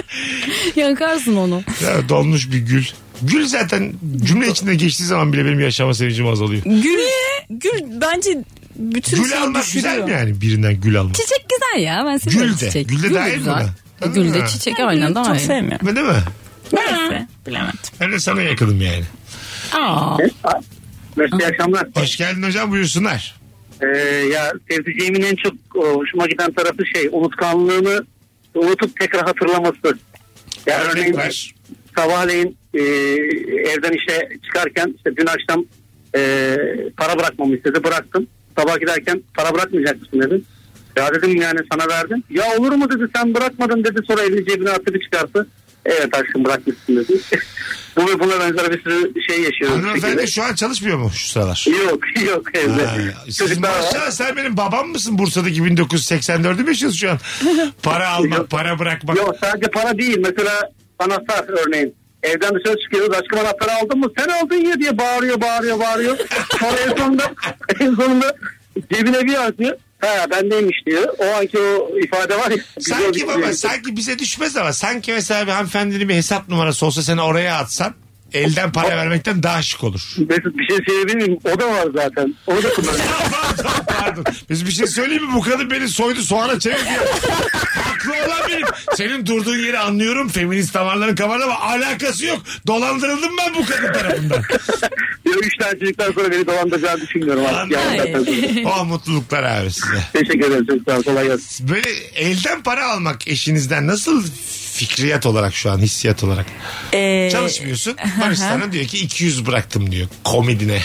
Yakarsın onu. Ya, donmuş bir gül. Gül zaten cümle içinde geçtiği zaman bile benim yaşama sevincim azalıyor. Gül, gül bence bütün Gül şeyi almak düşürüyor. güzel mi yani birinden gül almak? Çiçek güzel ya. Ben seviyorum Gül de. çiçek. Gül de dahil mi güzel. buna? Gül de Ha. çiçek aynen daha Çok iyi. sevmiyorum. Ben değil mi? Neyse bilemedim. Ben de sana yakınım yani. Aa. Mesut, iyi akşamlar. Hoş geldin hocam, buyursunlar. Ee, ya sevdiceğimin en çok hoşuma giden tarafı şey, unutkanlığını unutup tekrar hatırlaması. Yani Örnek örneğin ver. sabahleyin e, evden işe çıkarken işte dün akşam e, para bırakmamı istedi, bıraktım. Sabah giderken para bırakmayacak mısın dedi. Ya dedim yani sana verdim. Ya olur mu dedi, sen bırakmadın dedi, sonra elini cebine attı bir çıkarttı. Evet aşkım bırakmışsın dedi. Bu ve buna benzer bir sürü şey yaşıyoruz. Hanımefendi şu an çalışmıyor mu şu sıralar? Yok yok evde. Ha, siz Çocuklar var. maşallah sen benim babam mısın? Bursa'daki bin dokuz yüz seksen dördü mü yaşıyorsun şu an? Para almak, Yok. para bırakmak. Yok sadece para değil. Mesela anahtar örneğin. Evden dışarı çıkıyoruz. Aşkım anahtarı aldın mı? Sen aldın ya diye bağırıyor bağırıyor bağırıyor. Sonra en sonunda, en sonunda cebine bir atıyor. Ha bendeymiş diyor. O anki o ifade var ya. Sanki güzel bir baba şey. sanki bize düşmez ama sanki mesela bir hanımefendinin bir hesap numarası olsa seni oraya atsan elden para vermekten daha şık olur. Mesut bir şey söyleyebilir miyim? O da var zaten. Onu da kullanıyor. pardon pardon. Biz bir şey söyleyeyim mi? Bu kadın beni soydu soğana çevirdi. Haklı olan benim. Senin durduğun yeri anlıyorum. Feminist damarların kabarda ama alakası yok. Dolandırıldım ben bu kadın tarafından. Diyor üç tane çocuktan sonra beni dolandıracağını düşünmüyorum. Artık. Yani zaten. O mutluluklar abi size. Teşekkür ederim. Çok sağ ol. Kolay gelsin. Böyle elden para almak eşinizden nasıl fikriyat olarak şu an hissiyat olarak? Ee, Çalışmıyorsun. Barış sana diyor ki iki yüz bıraktım diyor komedine.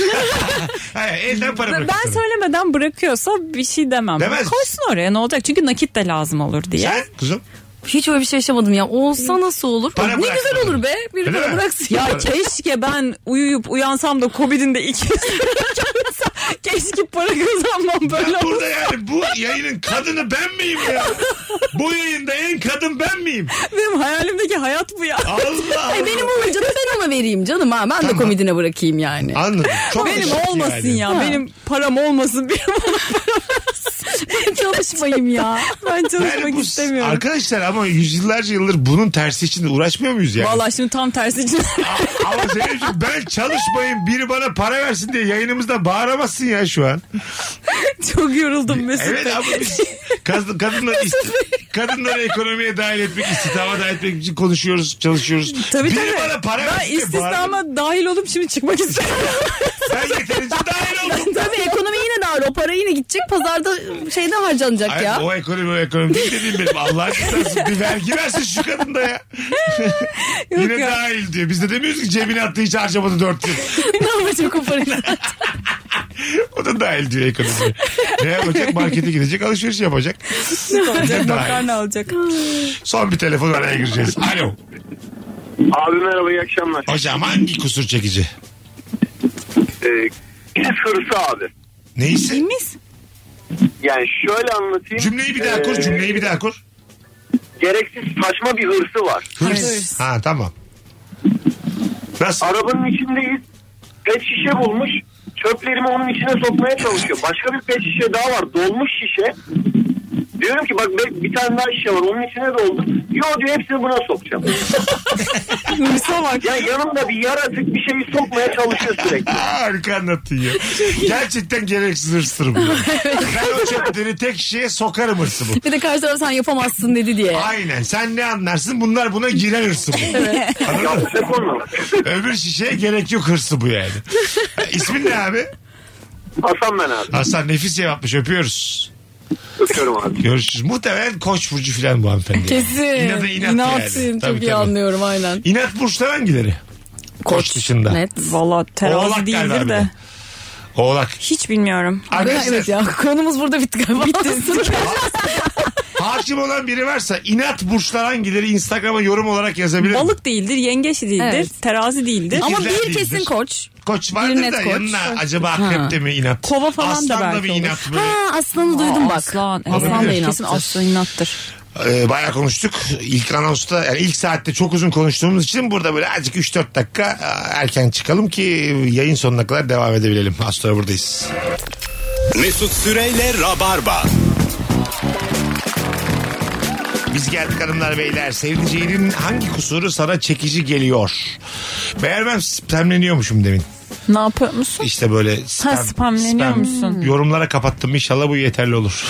Hayır, elden para bırakıyorum. Ben söylemeden bırakıyorsa bir şey demem. Demez. Koysun oraya ne olacak? Çünkü nakit de lazım olur diye. Sen kuzum. Hiç öyle bir şey yaşamadım ya. Olsa nasıl olur? Para ne güzel bırakmadın. olur be. Biri Öyle bana mi? bıraksın. Ya keşke ben uyuyup uyansam da Covid'in de iki yüz keşke para kazanmam böyle Ben olur. burada yani bu yayının kadını ben miyim ya? Bu yayında en kadın ben miyim? Benim hayalimdeki hayat bu ya. Allah Allah. Ay benim olunca da ben ona vereyim canım ha. Ben Tamam. de komedine bırakayım yani. Anladım. Çok Benim şık olmasın yani. ya. Ha. Benim param olmasın. Benim Çalışmayayım ya. ben çalışmak Yani bu istemiyorum. arkadaşlar ama yüzyıllarca yıldır bunun tersi için de uğraşmıyor muyuz yani? Vallahi şimdi tam tersi için. A- ama senin için ben çalışmayayım biri bana para versin diye yayınımızda bağıramazsın ya şu an. Çok yoruldum Mesut Evet Bey. ama biz kadın, kadınları, ist- kadınları ekonomiye dahil etmek, istihdama dahil etmek için konuşuyoruz, çalışıyoruz. Tabii biri tabii. bana para Ben versin diye bağırdım. istihdama dahil olup şimdi çıkmak istiyorum. Ben yeterince dahil oldum. Tabii ekonomi yine dahil. O para yine gidecek. Pazarda şeyde harcanacak Ay, ya. o ekonomi o ekonomi değil dediğim benim. Allah aşkına bir vergi versin şu kadın da ya. Yine ya. dahil diyor. Biz de demiyoruz ki cebine attığı hiç harcamadı dört yıl. Ne yapacak o parayla? O da dahil diyor ekonomi. Ne yapacak? Markete gidecek, alışveriş yapacak. Olacak, Dahil. makarna alacak. Son bir telefon araya gireceğiz. Alo. Abi merhaba, iyi akşamlar. Hocam hangi kusur çekici? Ee, Pis hırsı abi. Neyse. Biz Yani şöyle anlatayım. Cümleyi bir daha kur, Ee, cümleyi bir daha kur. Gereksiz saçma bir hırsı var. Hırs. Ha tamam. Nasıl? Arabanın içindeyiz. Pet şişe bulmuş. Çöplerimi onun içine sokmaya çalışıyor. Başka bir pet şişe daha var. Dolmuş şişe. Diyorum ki bak bir tane daha şişe var. Onun içine doldur. Yo diyor, hepsini buna sokacağım. hırsa bak. Ya yanımda bir yaratık bir şeyi sokmaya çalışıyor sürekli. Harika anlattın ya. Gerçekten gereksiz hırstır bu. Ben o çöpleri tek şişeye sokarım hırsı bu. Bir de karşı taraf sen yapamazsın dedi diye. Aynen. Sen ne anlarsın? Bunlar buna girer hırsı bu. Anladın mı? Yapacak onu. Öbür şişeye gerek yok hırsı bu yani. İsmin ne abi? Hasan ben abi. Hasan nefis yapmış. Öpüyoruz. Öpüyorum abi. Görüşürüz. Muhtemelen Koç burcu falan bu hanımefendi. Kesin. İnadı inat İnat. yani. Çok Tabii, iyi tabii. anlıyorum aynen. İnat burçlar hangileri? Koç dışında. Net. Valla terazi Oğlak galiba değildir bir de. de. Oğlak. Hiç bilmiyorum. Arkadaşlar Evet ya konumuz burada bitti galiba. Bitti. Hakim olan biri varsa inat burçlar hangileri Instagram'a yorum olarak yazabilir. Balık değildir, yengeç değildir, Evet. terazi değildir. Ama İkizler bir değildir. kesin koç. Koç Bir vardır net da koç. yanına acaba akrepte mi inat? Kova falan da Aslan belki bir olur. inat böyle. Ha aslanı duydum bak. Aslan, Aslan Olabilir. da inattır. kesin aslan inattır. Ee, bayağı konuştuk. İlk anonsta yani ilk saatte çok uzun konuştuğumuz için burada böyle azıcık üç dört dakika erken çıkalım ki yayın sonuna kadar devam edebilelim. Az sonra buradayız. Mesut Süreyle Rabarba. Biz geldik hanımlar beyler. Sevdiceğinin hangi kusuru sana çekici geliyor? Meğer ben spamleniyormuşum demin. Ne yapıyor musun? İşte böyle spam, Ha, spamleniyor spam musun? yorumlara kapattım. İnşallah bu yeterli olur.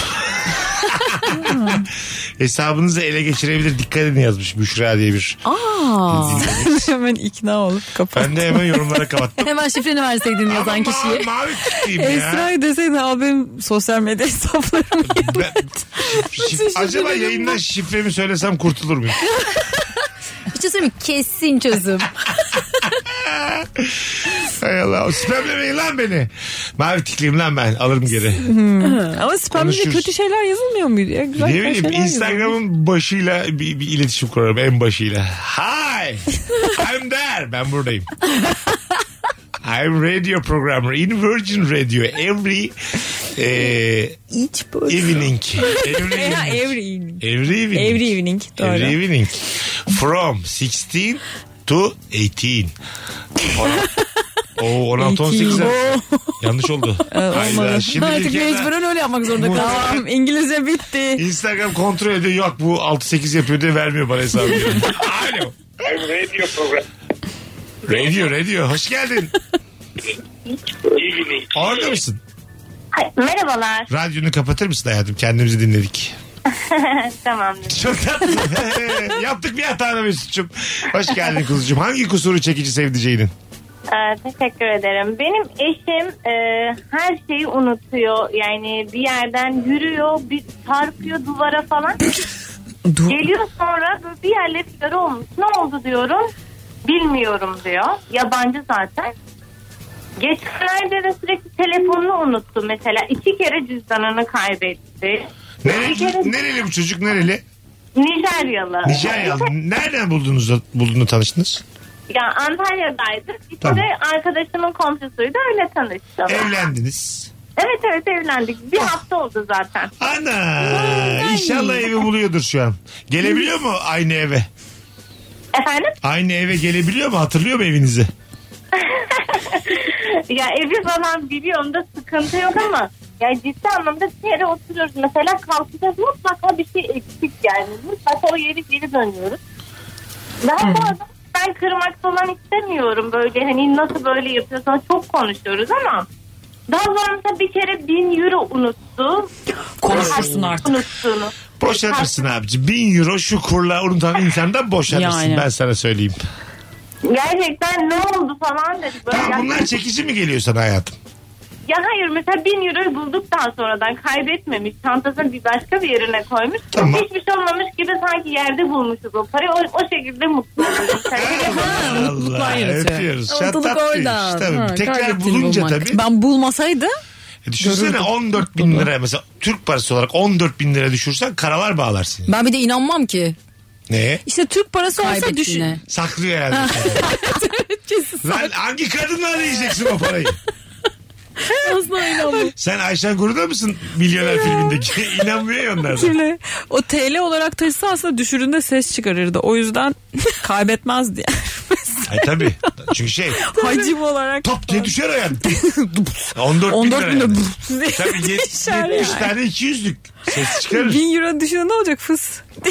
Hesabınızı ele geçirebilir, dikkat edin yazmış Büşra diye bir. Aa. Hemen ikna olup kapat. Ben de hemen yorumlara kapattım. Hemen şifreni verseydin yazan Ama kişiye. ma- mavi tikliyim ya. Esra'yı deseydin abi benim sosyal medya hesaplarımı Ben, şif- acaba yayından şifremi söylesem kurtulur muyum? Bir şey söyleyeyim mi? Kesin çözüm. Hay Allah. Spamlemeyin lan beni. Mavi tikliyim lan ben. Alırım geri. Ama spamda Konuşuruz. kötü şeyler yazılmıyor muydu ya? Güzel Ne güzel bileyim şeyler Instagram'ın başıyla bir, bir iletişim kurarım en başıyla. Hi I'm there. Ben buradayım. I'm radio programmer in Virgin Radio every e, evening. Every Ya, evening. every evening. Every evening. Every evening. Doğru. Every evening. From sixteen to eighteen. Oo on altı on sekiz. Yanlış oldu. Hayda, şimdi Artık bir kere daha- mecburen öyle yapmak zorunda kaldım. Tamam, İngilizce bitti. Instagram kontrol ediyor. Yok bu altı sekiz yapıyor diye vermiyor bana hesabı. Alo. Radio program. Radio radio. Hoş geldin. Orada mısın? Merhabalar. Radyonu kapatır mısın hayatım? Kendimizi dinledik. Tamamdır. Çok tatlı. Yaptık bir hata Mesut'cum. Hoş geldin kuzucuğum. Hangi kusuru çekici sevdiceğinin? Ee, teşekkür ederim. Benim eşim e, her şeyi unutuyor. Yani bir yerden yürüyor, bir çarpıyor duvara falan. Geliyor sonra böyle bir yerle figürü olmuş. Ne oldu diyorum. Bilmiyorum diyor. Yabancı zaten. Geçenlerde de sürekli telefonunu unuttu mesela. İki kere cüzdanını kaybetti. Nereli, Bir kere nereli bu çocuk nereli? Nijeryalı. Nijeryalı. Nereden buldunuz da, bulduğunu tanıştınız? Ya Antalya'daydık. İşte Tamam. arkadaşımın komşusuydu, öyle tanıştım. Evlendiniz. Evet evet evlendik. Bir hafta oldu zaten. Ana. İnşallah evi buluyordur şu an. Gelebiliyor mu aynı eve? Efendim? Aynı eve gelebiliyor mu? Hatırlıyor mu evinizi? Ya evi falan biliyorum da sıkıntı yok ama yani ciddi anlamda bir yere oturuyoruz. Mesela kalkacağız, mutlaka bir şey eksik yani. Mutlaka o yeri geri dönüyoruz. Daha sonra ben kırmak falan istemiyorum. Böyle hani nasıl böyle yapıyorsan çok konuşuyoruz ama daha sonra mesela bir kere bin euro unuttu. Konuşursun artık. Unuttuğunu. Boşanırsın abicim. Bin euro şu kurla unutan insandan boşanırsın. Yani. Ben sana söyleyeyim. Gerçekten ne oldu falan dedik. Böyle Tamam, bunlar çekici mi geliyor sana hayatım? Ya hayır, mesela bin euroyu bulduk daha sonradan, kaybetmemiş. Çantasını bir başka bir yerine koymuş. Tamam. Hiçbir şey olmamış gibi sanki yerde bulmuşuz o parayı. O, o şekilde mutlu oluyoruz. Allah yaratıyor. öpüyoruz. Mutluluk Şatatlıymış oradan. tabii. Ha, Tekrar kaybettiğini bulunca bulmak. tabii. Ben bulmasaydı E düşünsene on dört bin lira mesela Türk parası olarak on dört bin lira düşürsen karalar bağlarsın. Ben bir de inanmam ki. Ne? işte Türk parası olsa düşün. Kaybettiğine. Saklıyor herhalde. Lan hangi kadınla arayacaksin o parayı? Asla inanmam. Sen Ayşen Guru'da mısın milyoner filmindeki? İnanmıyor ya onlardan. Şimdi o T L olarak taşısa aslında düşüründe ses çıkarırdı. O yüzden kaybetmezdi yani. Ay tabii. Çünkü şey Hacim olarak. top diye düşer o yani. on dört bin on dört lira bin yani. lira. Tabii yet- Düşer yetmiş yani. tane iki yüzlük ses çıkarır. Bin euro düşünün ne olacak fıs.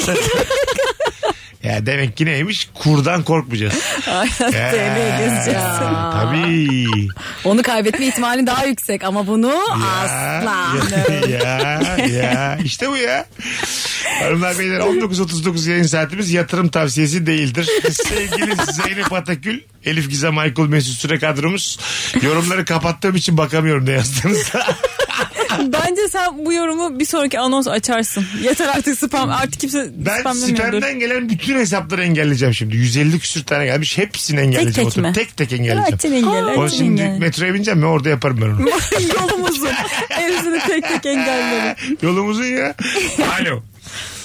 Ya demek ki neymiş? Kurdan korkmayacağız. Aynen Ya. T L'ye gezeceksin. Ya. Tabii. Onu kaybetme ihtimali daha yüksek ama bunu Ya, asla. ya, ya, ya. İşte bu ya. Hanımlar beyler on dokuz otuz dokuz yayın saatimiz yatırım tavsiyesi değildir. Sevgili Zeynep Atakül, Elif Gizem Aykul Mesut Süre kadromuz. Yorumları kapattığım için bakamıyorum ne yazdığınızda. Bence sen bu yorumu bir sonraki anons açarsın. Yeter artık spam. Artık kimse Ben spamlamıyordur. spamden gelen bütün hesapları engelleyeceğim şimdi. yüz elli küsür tane gelmiş. Hepsini engelleyeceğim. tek Oturup mi? Tek tek engelleyeceğim. Açın engel. O Açın şimdi engel. metroya bineceğim mi orada yaparım ben onu. Yolumuzun. Hepsini tek tek engellerim. Yolumuzun ya. Alo.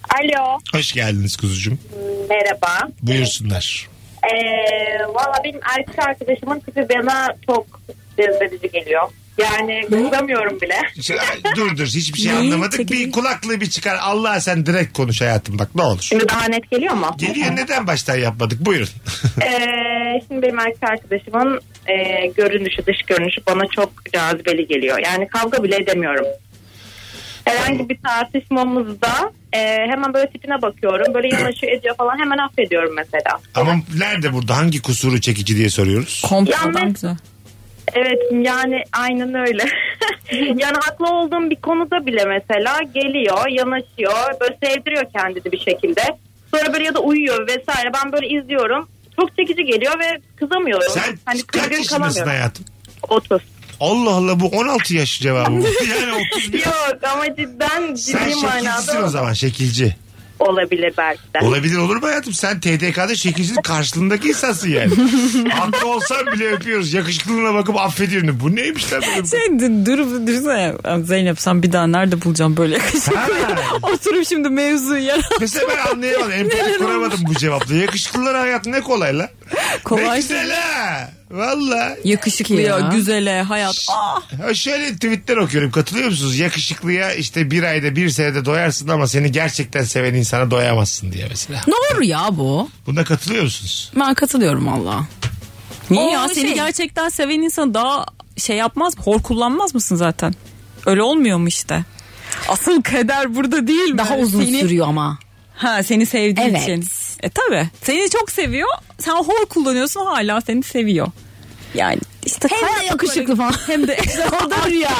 Alo. Hoş geldiniz kuzucuğum. Merhaba. Buyursunlar. Ee, Valla benim erkek arkadaşımın tipi bana çok cezbedici geliyor. Yani kızamıyorum bile. Dur dur hiçbir şey anlamadık. Bir kulaklığı bir çıkar. Allah sen direkt konuş hayatım bak ne olur. Şimdi daha net geliyor mu? Geliyor, neden baştan yapmadık? Buyurun. Ee, şimdi benim erkek arkadaşımın e, görünüşü, dış görünüşü bana çok cazibeli geliyor. Yani kavga bile edemiyorum. Herhangi bir tartışmamızda e, hemen böyle tipine bakıyorum. Böyle yanaşıyor ediyor falan, hemen affediyorum mesela. Ama nerede burada? Hangi kusuru çekici diye soruyoruz. Komple güzel. Evet yani aynen öyle. Yani haklı olduğum bir konuda bile mesela geliyor, yanaşıyor, böyle sevdiriyor kendini bir şekilde. Sonra böyle ya da uyuyor vesaire. Ben böyle izliyorum. Çok çekici geliyor ve kızamıyorum. Sen hani kaç yaşındasın hayatım? otuz. Allah Allah, bu on altı yaş cevabı. Yani otuz bir. Yok ama cidden Sen ciddi şekilcisin manada o zaman, şekilci. olabilir belki de. Olabilir olur mu hayatım? Sen T D K'da şekilcinin karşılığındaki insansın yani. Haklı olsan bile öpüyoruz. Yakışıklılığına bakıp affediyorum. Bu neymiş lan? Şey dur dursana Zeynep, sen bir daha nerede bulacağım böyle yakışıklı? Oturup şimdi mevzuyu yarat. Mesela ben anlayamadım. Empati kuramadım bu cevapla. Yakışıklılar hayat ne kolay lan. Kolay. Ne güzel ha. Valla. Yakışıklıya, güzele, hayat. Ah. Şöyle tweetler okuyorum. Katılıyor musunuz? Yakışıklıya işte bir ayda bir senede doyarsın ama seni gerçekten seven insana doyamazsın diye mesela. Doğru ya bu. Buna katılıyor musunuz? Ben katılıyorum valla. Niye O ya? şey- Seni gerçekten seven insan daha şey yapmaz mı? Hor kullanmaz mısın zaten? Öyle olmuyor mu işte? Asıl kader burada değil mi? Daha uzun Seni- sürüyor ama. Ha, seni sevdiği Evet. için. E tabi. Seni çok seviyor. Sen hor kullanıyorsun, hala seni seviyor. Yani işte Hem de hayat yakışıklı böyle- falan. Hem de olur ya.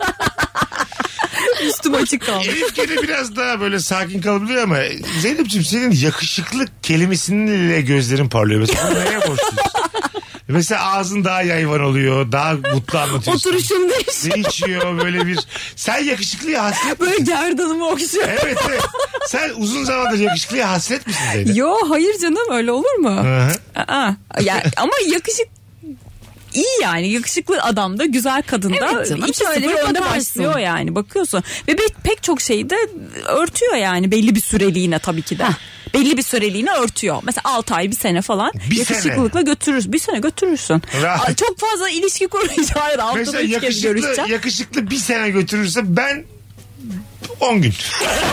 Üstüm açık kaldı. Elif gene biraz daha böyle sakin kalabiliyor ama Zeynep'ciğim senin yakışıklı kelimesiyle gözlerin parlıyor. Mesela bunu neye borçluyuz? Mesela ağzın daha yayvan oluyor. Daha mutlu anlatıyorsun. Oturuşum değişiyor. Değişiyor böyle bir. Sen yakışıklıya hasret Böyle misin? gerdanımı okşuyor. Evet evet. Sen uzun zamandır yakışıklıya hasret misin Zeynep? Yo hayır canım, öyle olur mu? Hı hı. Aa, yani, ama yakışık iyi yani, yakışıklı adam da güzel kadın da Evet canım, iki şöyle sıfır bir önde bakarsın. başlıyor yani, bakıyorsun. Ve be- pek çok şeyi de örtüyor yani, belli bir süreliğine tabii ki de. Belli bir süreliğine örtüyor. Mesela altı ay bir sene falan Bir yakışıklılıkla götürürüz. Bir sene götürürsün. Rahat. Aa, çok fazla ilişki kurmayacağım. Haftada Mesela üç kez yakışıklı, görüşeceğim. yakışıklı bir sene götürürse ben on gün.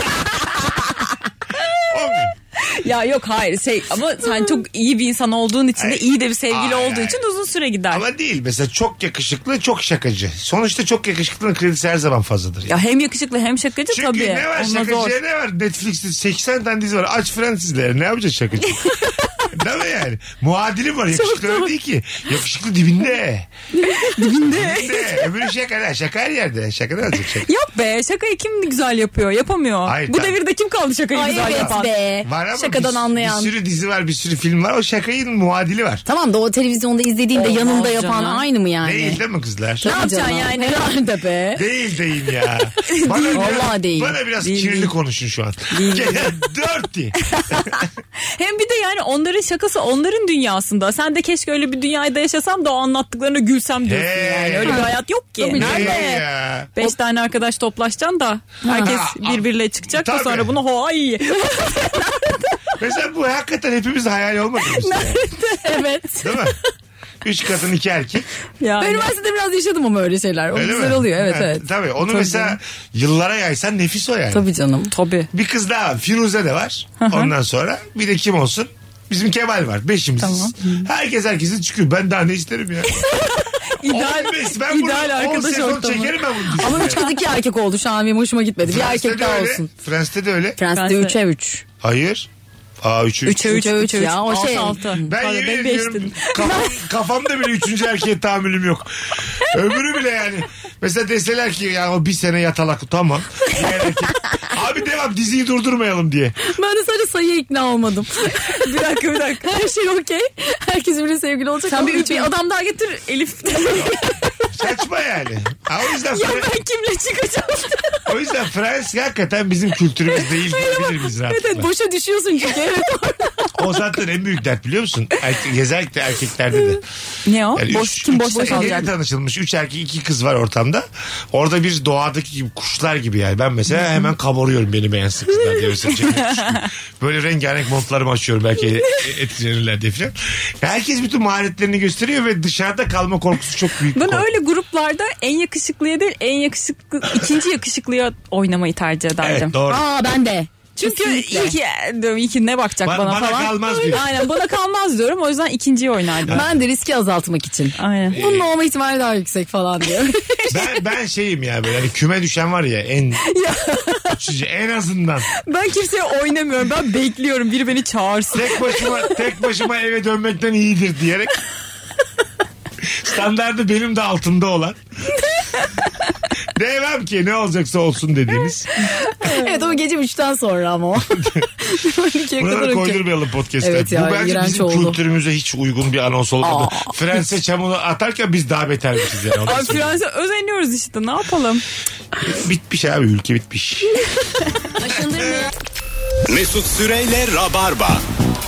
on gün. Ya yok hayır şey, ama sen çok iyi bir insan olduğun için de, Ay. iyi de bir sevgili Ay, olduğu ay. için uzun süre gider. Ama değil mesela, çok yakışıklı çok şakacı. Sonuçta çok yakışıklının kredisi her zaman fazladır. Yani. Ya hem yakışıklı hem şakacı Çünkü tabii. ne var Onunla şakacıya zor. ne var? Netflix'te seksen tane dizi var. Aç Fransızlar. Ne yapacak şakacı? Değil mi yani? Muadili var. Yakışıklı öyle değil ki. Yakışıklı dibinde. Dibinde. Dibinde. Öbürü şaka. Şaka her yerde. Şaka ne olacak şaka? Yap be, şakayı kim güzel yapıyor? Yapamıyor. Hayır, Bu tabii. devirde kim kaldı şakayı Ay güzel evet yapan? be. Var ama Şakadan bir, anlayan. bir sürü dizi var, bir sürü film var. O şakayın muadili var. Tamam da o televizyonda izlediğinde Olmaz yanında yapan canım. aynı mı yani? Değil değil mi kızlar? Tabii Ne yapacaksın canım. yani? Herhalde be. Değil değil ya. Bana Değil, biraz, vallahi değil. Bana biraz Değil, kirli değil. konuşun şu an. Dirty. Hem bir de yani onların şakası onların dünyasında. Sen de keşke öyle bir dünyada yaşasam da o anlattıklarına gülsem diyorsun Hey. yani. Öyle bir hayat yok ki. Tabii Nerede? Hey ya. Beş tane arkadaş toplaşacaksın da herkes Ha, birbiriyle çıkacak da tabii. sonra bunu hoay. Mesela bu hakikaten hepimiz hayal olmadı mı? Evet. Değil mi? Üç kadın iki erkek. Yani. Ben üniversitede biraz yaşadım ama öyle şeyler. O Öyle güzel mi? oluyor. Evet Ha, evet. Tabii onu Tabii mesela canım. yıllara yaysan nefis o yani. Tabii canım. Tabii. Bir kız daha var. Firuze de var. Ondan sonra bir de kim olsun? Bizim Kemal var. Beşimiziz. Tamam. Herkes herkesin çıkıyor. Ben daha ne isterim ya? İdeal, on beş, ben bunu ideal on arkadaş sezon ortamı. çekerim ben bunu. Ama üç kız iki erkek oldu şu an benim hoşuma gitmedi. Bir Fransa'da erkek daha öyle. olsun. Fransa'da da öyle. Fransa'da Fransa'da- üçe üç. Hayır. Aa üçü üç. Üçe üç, Üçe üç üçe üç. ya, o Altı, şey. altı. Ben Pardon, yemin ben beş ediyorum dedim. kafam, kafamda bile üçüncü erkeğe tahammülüm yok. Öbürü bile yani. Mesela deseler ki ya o bir sene yatalak tamam. Diğer erkek, abi devam diziyi durdurmayalım diye. Ben de sadece sayıya ikna olmadım. Bir dakika bir dakika. Her şey okey. Herkes birbirine sevgili olacak. Sen ama bir, üçe bir üç. adam daha getir Elif. Saçma yani. Ha, o yüzden Ya ben kimle çıkacağım? o yüzden Fransız hakikaten bizim kültürümüz değil diyebilir miyiz Evet, evet rahatlıkla? boşa düşüyorsun çünkü. Evet. O zaten en büyük dert biliyor musun? Erkek, özellikle erkeklerde de. Ne o? Yani Boş, üç, kim üç boşta sene kalacak? yeni tanışılmış. Üç erkek iki kız var ortamda. Orada bir doğadaki gibi kuşlar gibi yani. Ben mesela hemen kabarıyorum beni beğensin kızlar diye. Mesela böyle rengarenk montlarımı açıyorum belki etkilenirler diye falan. Herkes bütün maharetlerini gösteriyor ve dışarıda kalma korkusu çok büyük. Ben korku. öyle gruplarda en yakışıklıya değil en yakışıklı ikinci yakışıklıya oynamayı tercih ederdim. Evet doğru. Aa ben de. Çünkü Kesinlikle. ilk diyorum ilk ne bakacak Ba- bana, bana falan. kalmaz diyor. Aynen bana kalmaz diyorum. O yüzden ikinciyi oynardım. Ben de riski azaltmak için. Aynen. Bunun olma ihtimali daha yüksek falan diyor. Ben, ben şeyim ya böyle hani küme düşen var ya en uçucu en azından. Ben kimseye oynamıyorum. Ben bekliyorum biri beni çağırsın. Tek başıma tek başıma eve dönmekten iyidir diyerek standardı benim de altında olan. Demem ki ne olacaksa olsun dediğimiz. Evet o gece üçten sonra ama o. Bunları koydurmayalım podcast'te. Evet ya, Bu bence iğrenç bizim oldu. kültürümüze hiç uygun bir anons olmadı. Fransa çamını atarken biz daha betermişiz yani. Ay Fransa özeniyoruz işte ne yapalım. Bitmiş abi ülke bitmiş. Mesut Süreyle Rabarba.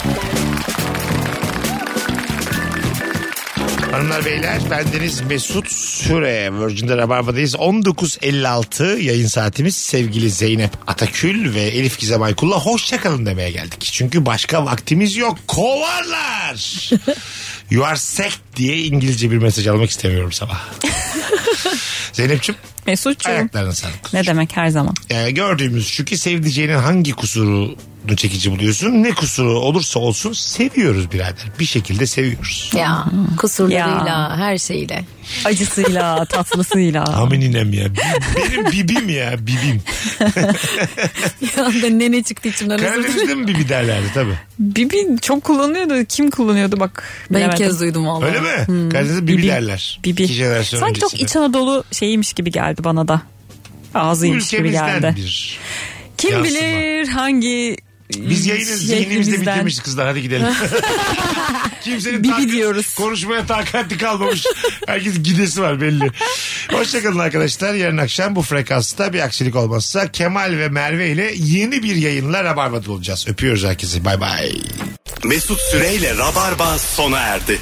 Hanımlar beyler bendeniz Mesut Süre. Virgin'de Rabarba'dayız. on dokuz elli altı yayın saatimiz. Sevgili Zeynep Atakül ve Elif Gizem Aykul'la hoşçakalın demeye geldik. Çünkü başka vaktimiz yok. Kovarlar. You are sacked diye İngilizce bir mesaj almak istemiyorum sabah. Zeynep'ciğim. Mesut'cuğum. Ayaklarına sağlık. Ne demek her zaman. Yani gördüğümüz şu ki sevdiceğinin hangi kusurunu çekici buluyorsun? Ne kusuru olursa olsun seviyoruz birader. Bir şekilde seviyoruz. Ya kusurlarıyla Ya. her şeyle. Acısıyla tatlısıyla. Amin inem ya. Benim bibim ya bibim. Bir anda nene çıktı içimden. özür dilerim. Karadeniz'de mi bibi derlerdi tabii. Bibi çok kullanıyordu. Kim kullanıyordu bak. Ben ilk bilemedim. kez duydum vallahi. Öyle mi? Hmm. Karadeniz'de bibi, Bibi. derler. Bibi. İki jenerasyon Sanki çok öncesinde. İç Anadolu şeyiymiş gibi geldi bana da. Ağzıymış gibi geldi. Ülkemizdendir. Kim Yansıma. bilir hangi Biz yayını zihnimizde şehrimizden. bitirmişiz kızlar hadi gidelim. Kimsenin Bibi takat- diyoruz. konuşmaya takatli kalmamış. Herkes gidesi var belli. Hoşçakalın arkadaşlar. Yarın akşam bu frekansta bir aksilik olmazsa Kemal ve Merve ile yeni bir yayınla Rabarba'da olacağız. Öpüyoruz herkesi. Bay bay. Mesut Süreyle Rabarba sona erdi.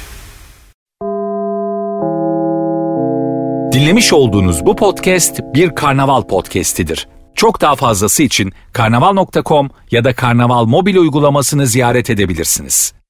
Dinlemiş olduğunuz bu podcast bir karnaval podcastidir. Çok daha fazlası için karnaval nokta com ya da karnaval mobil uygulamasını ziyaret edebilirsiniz.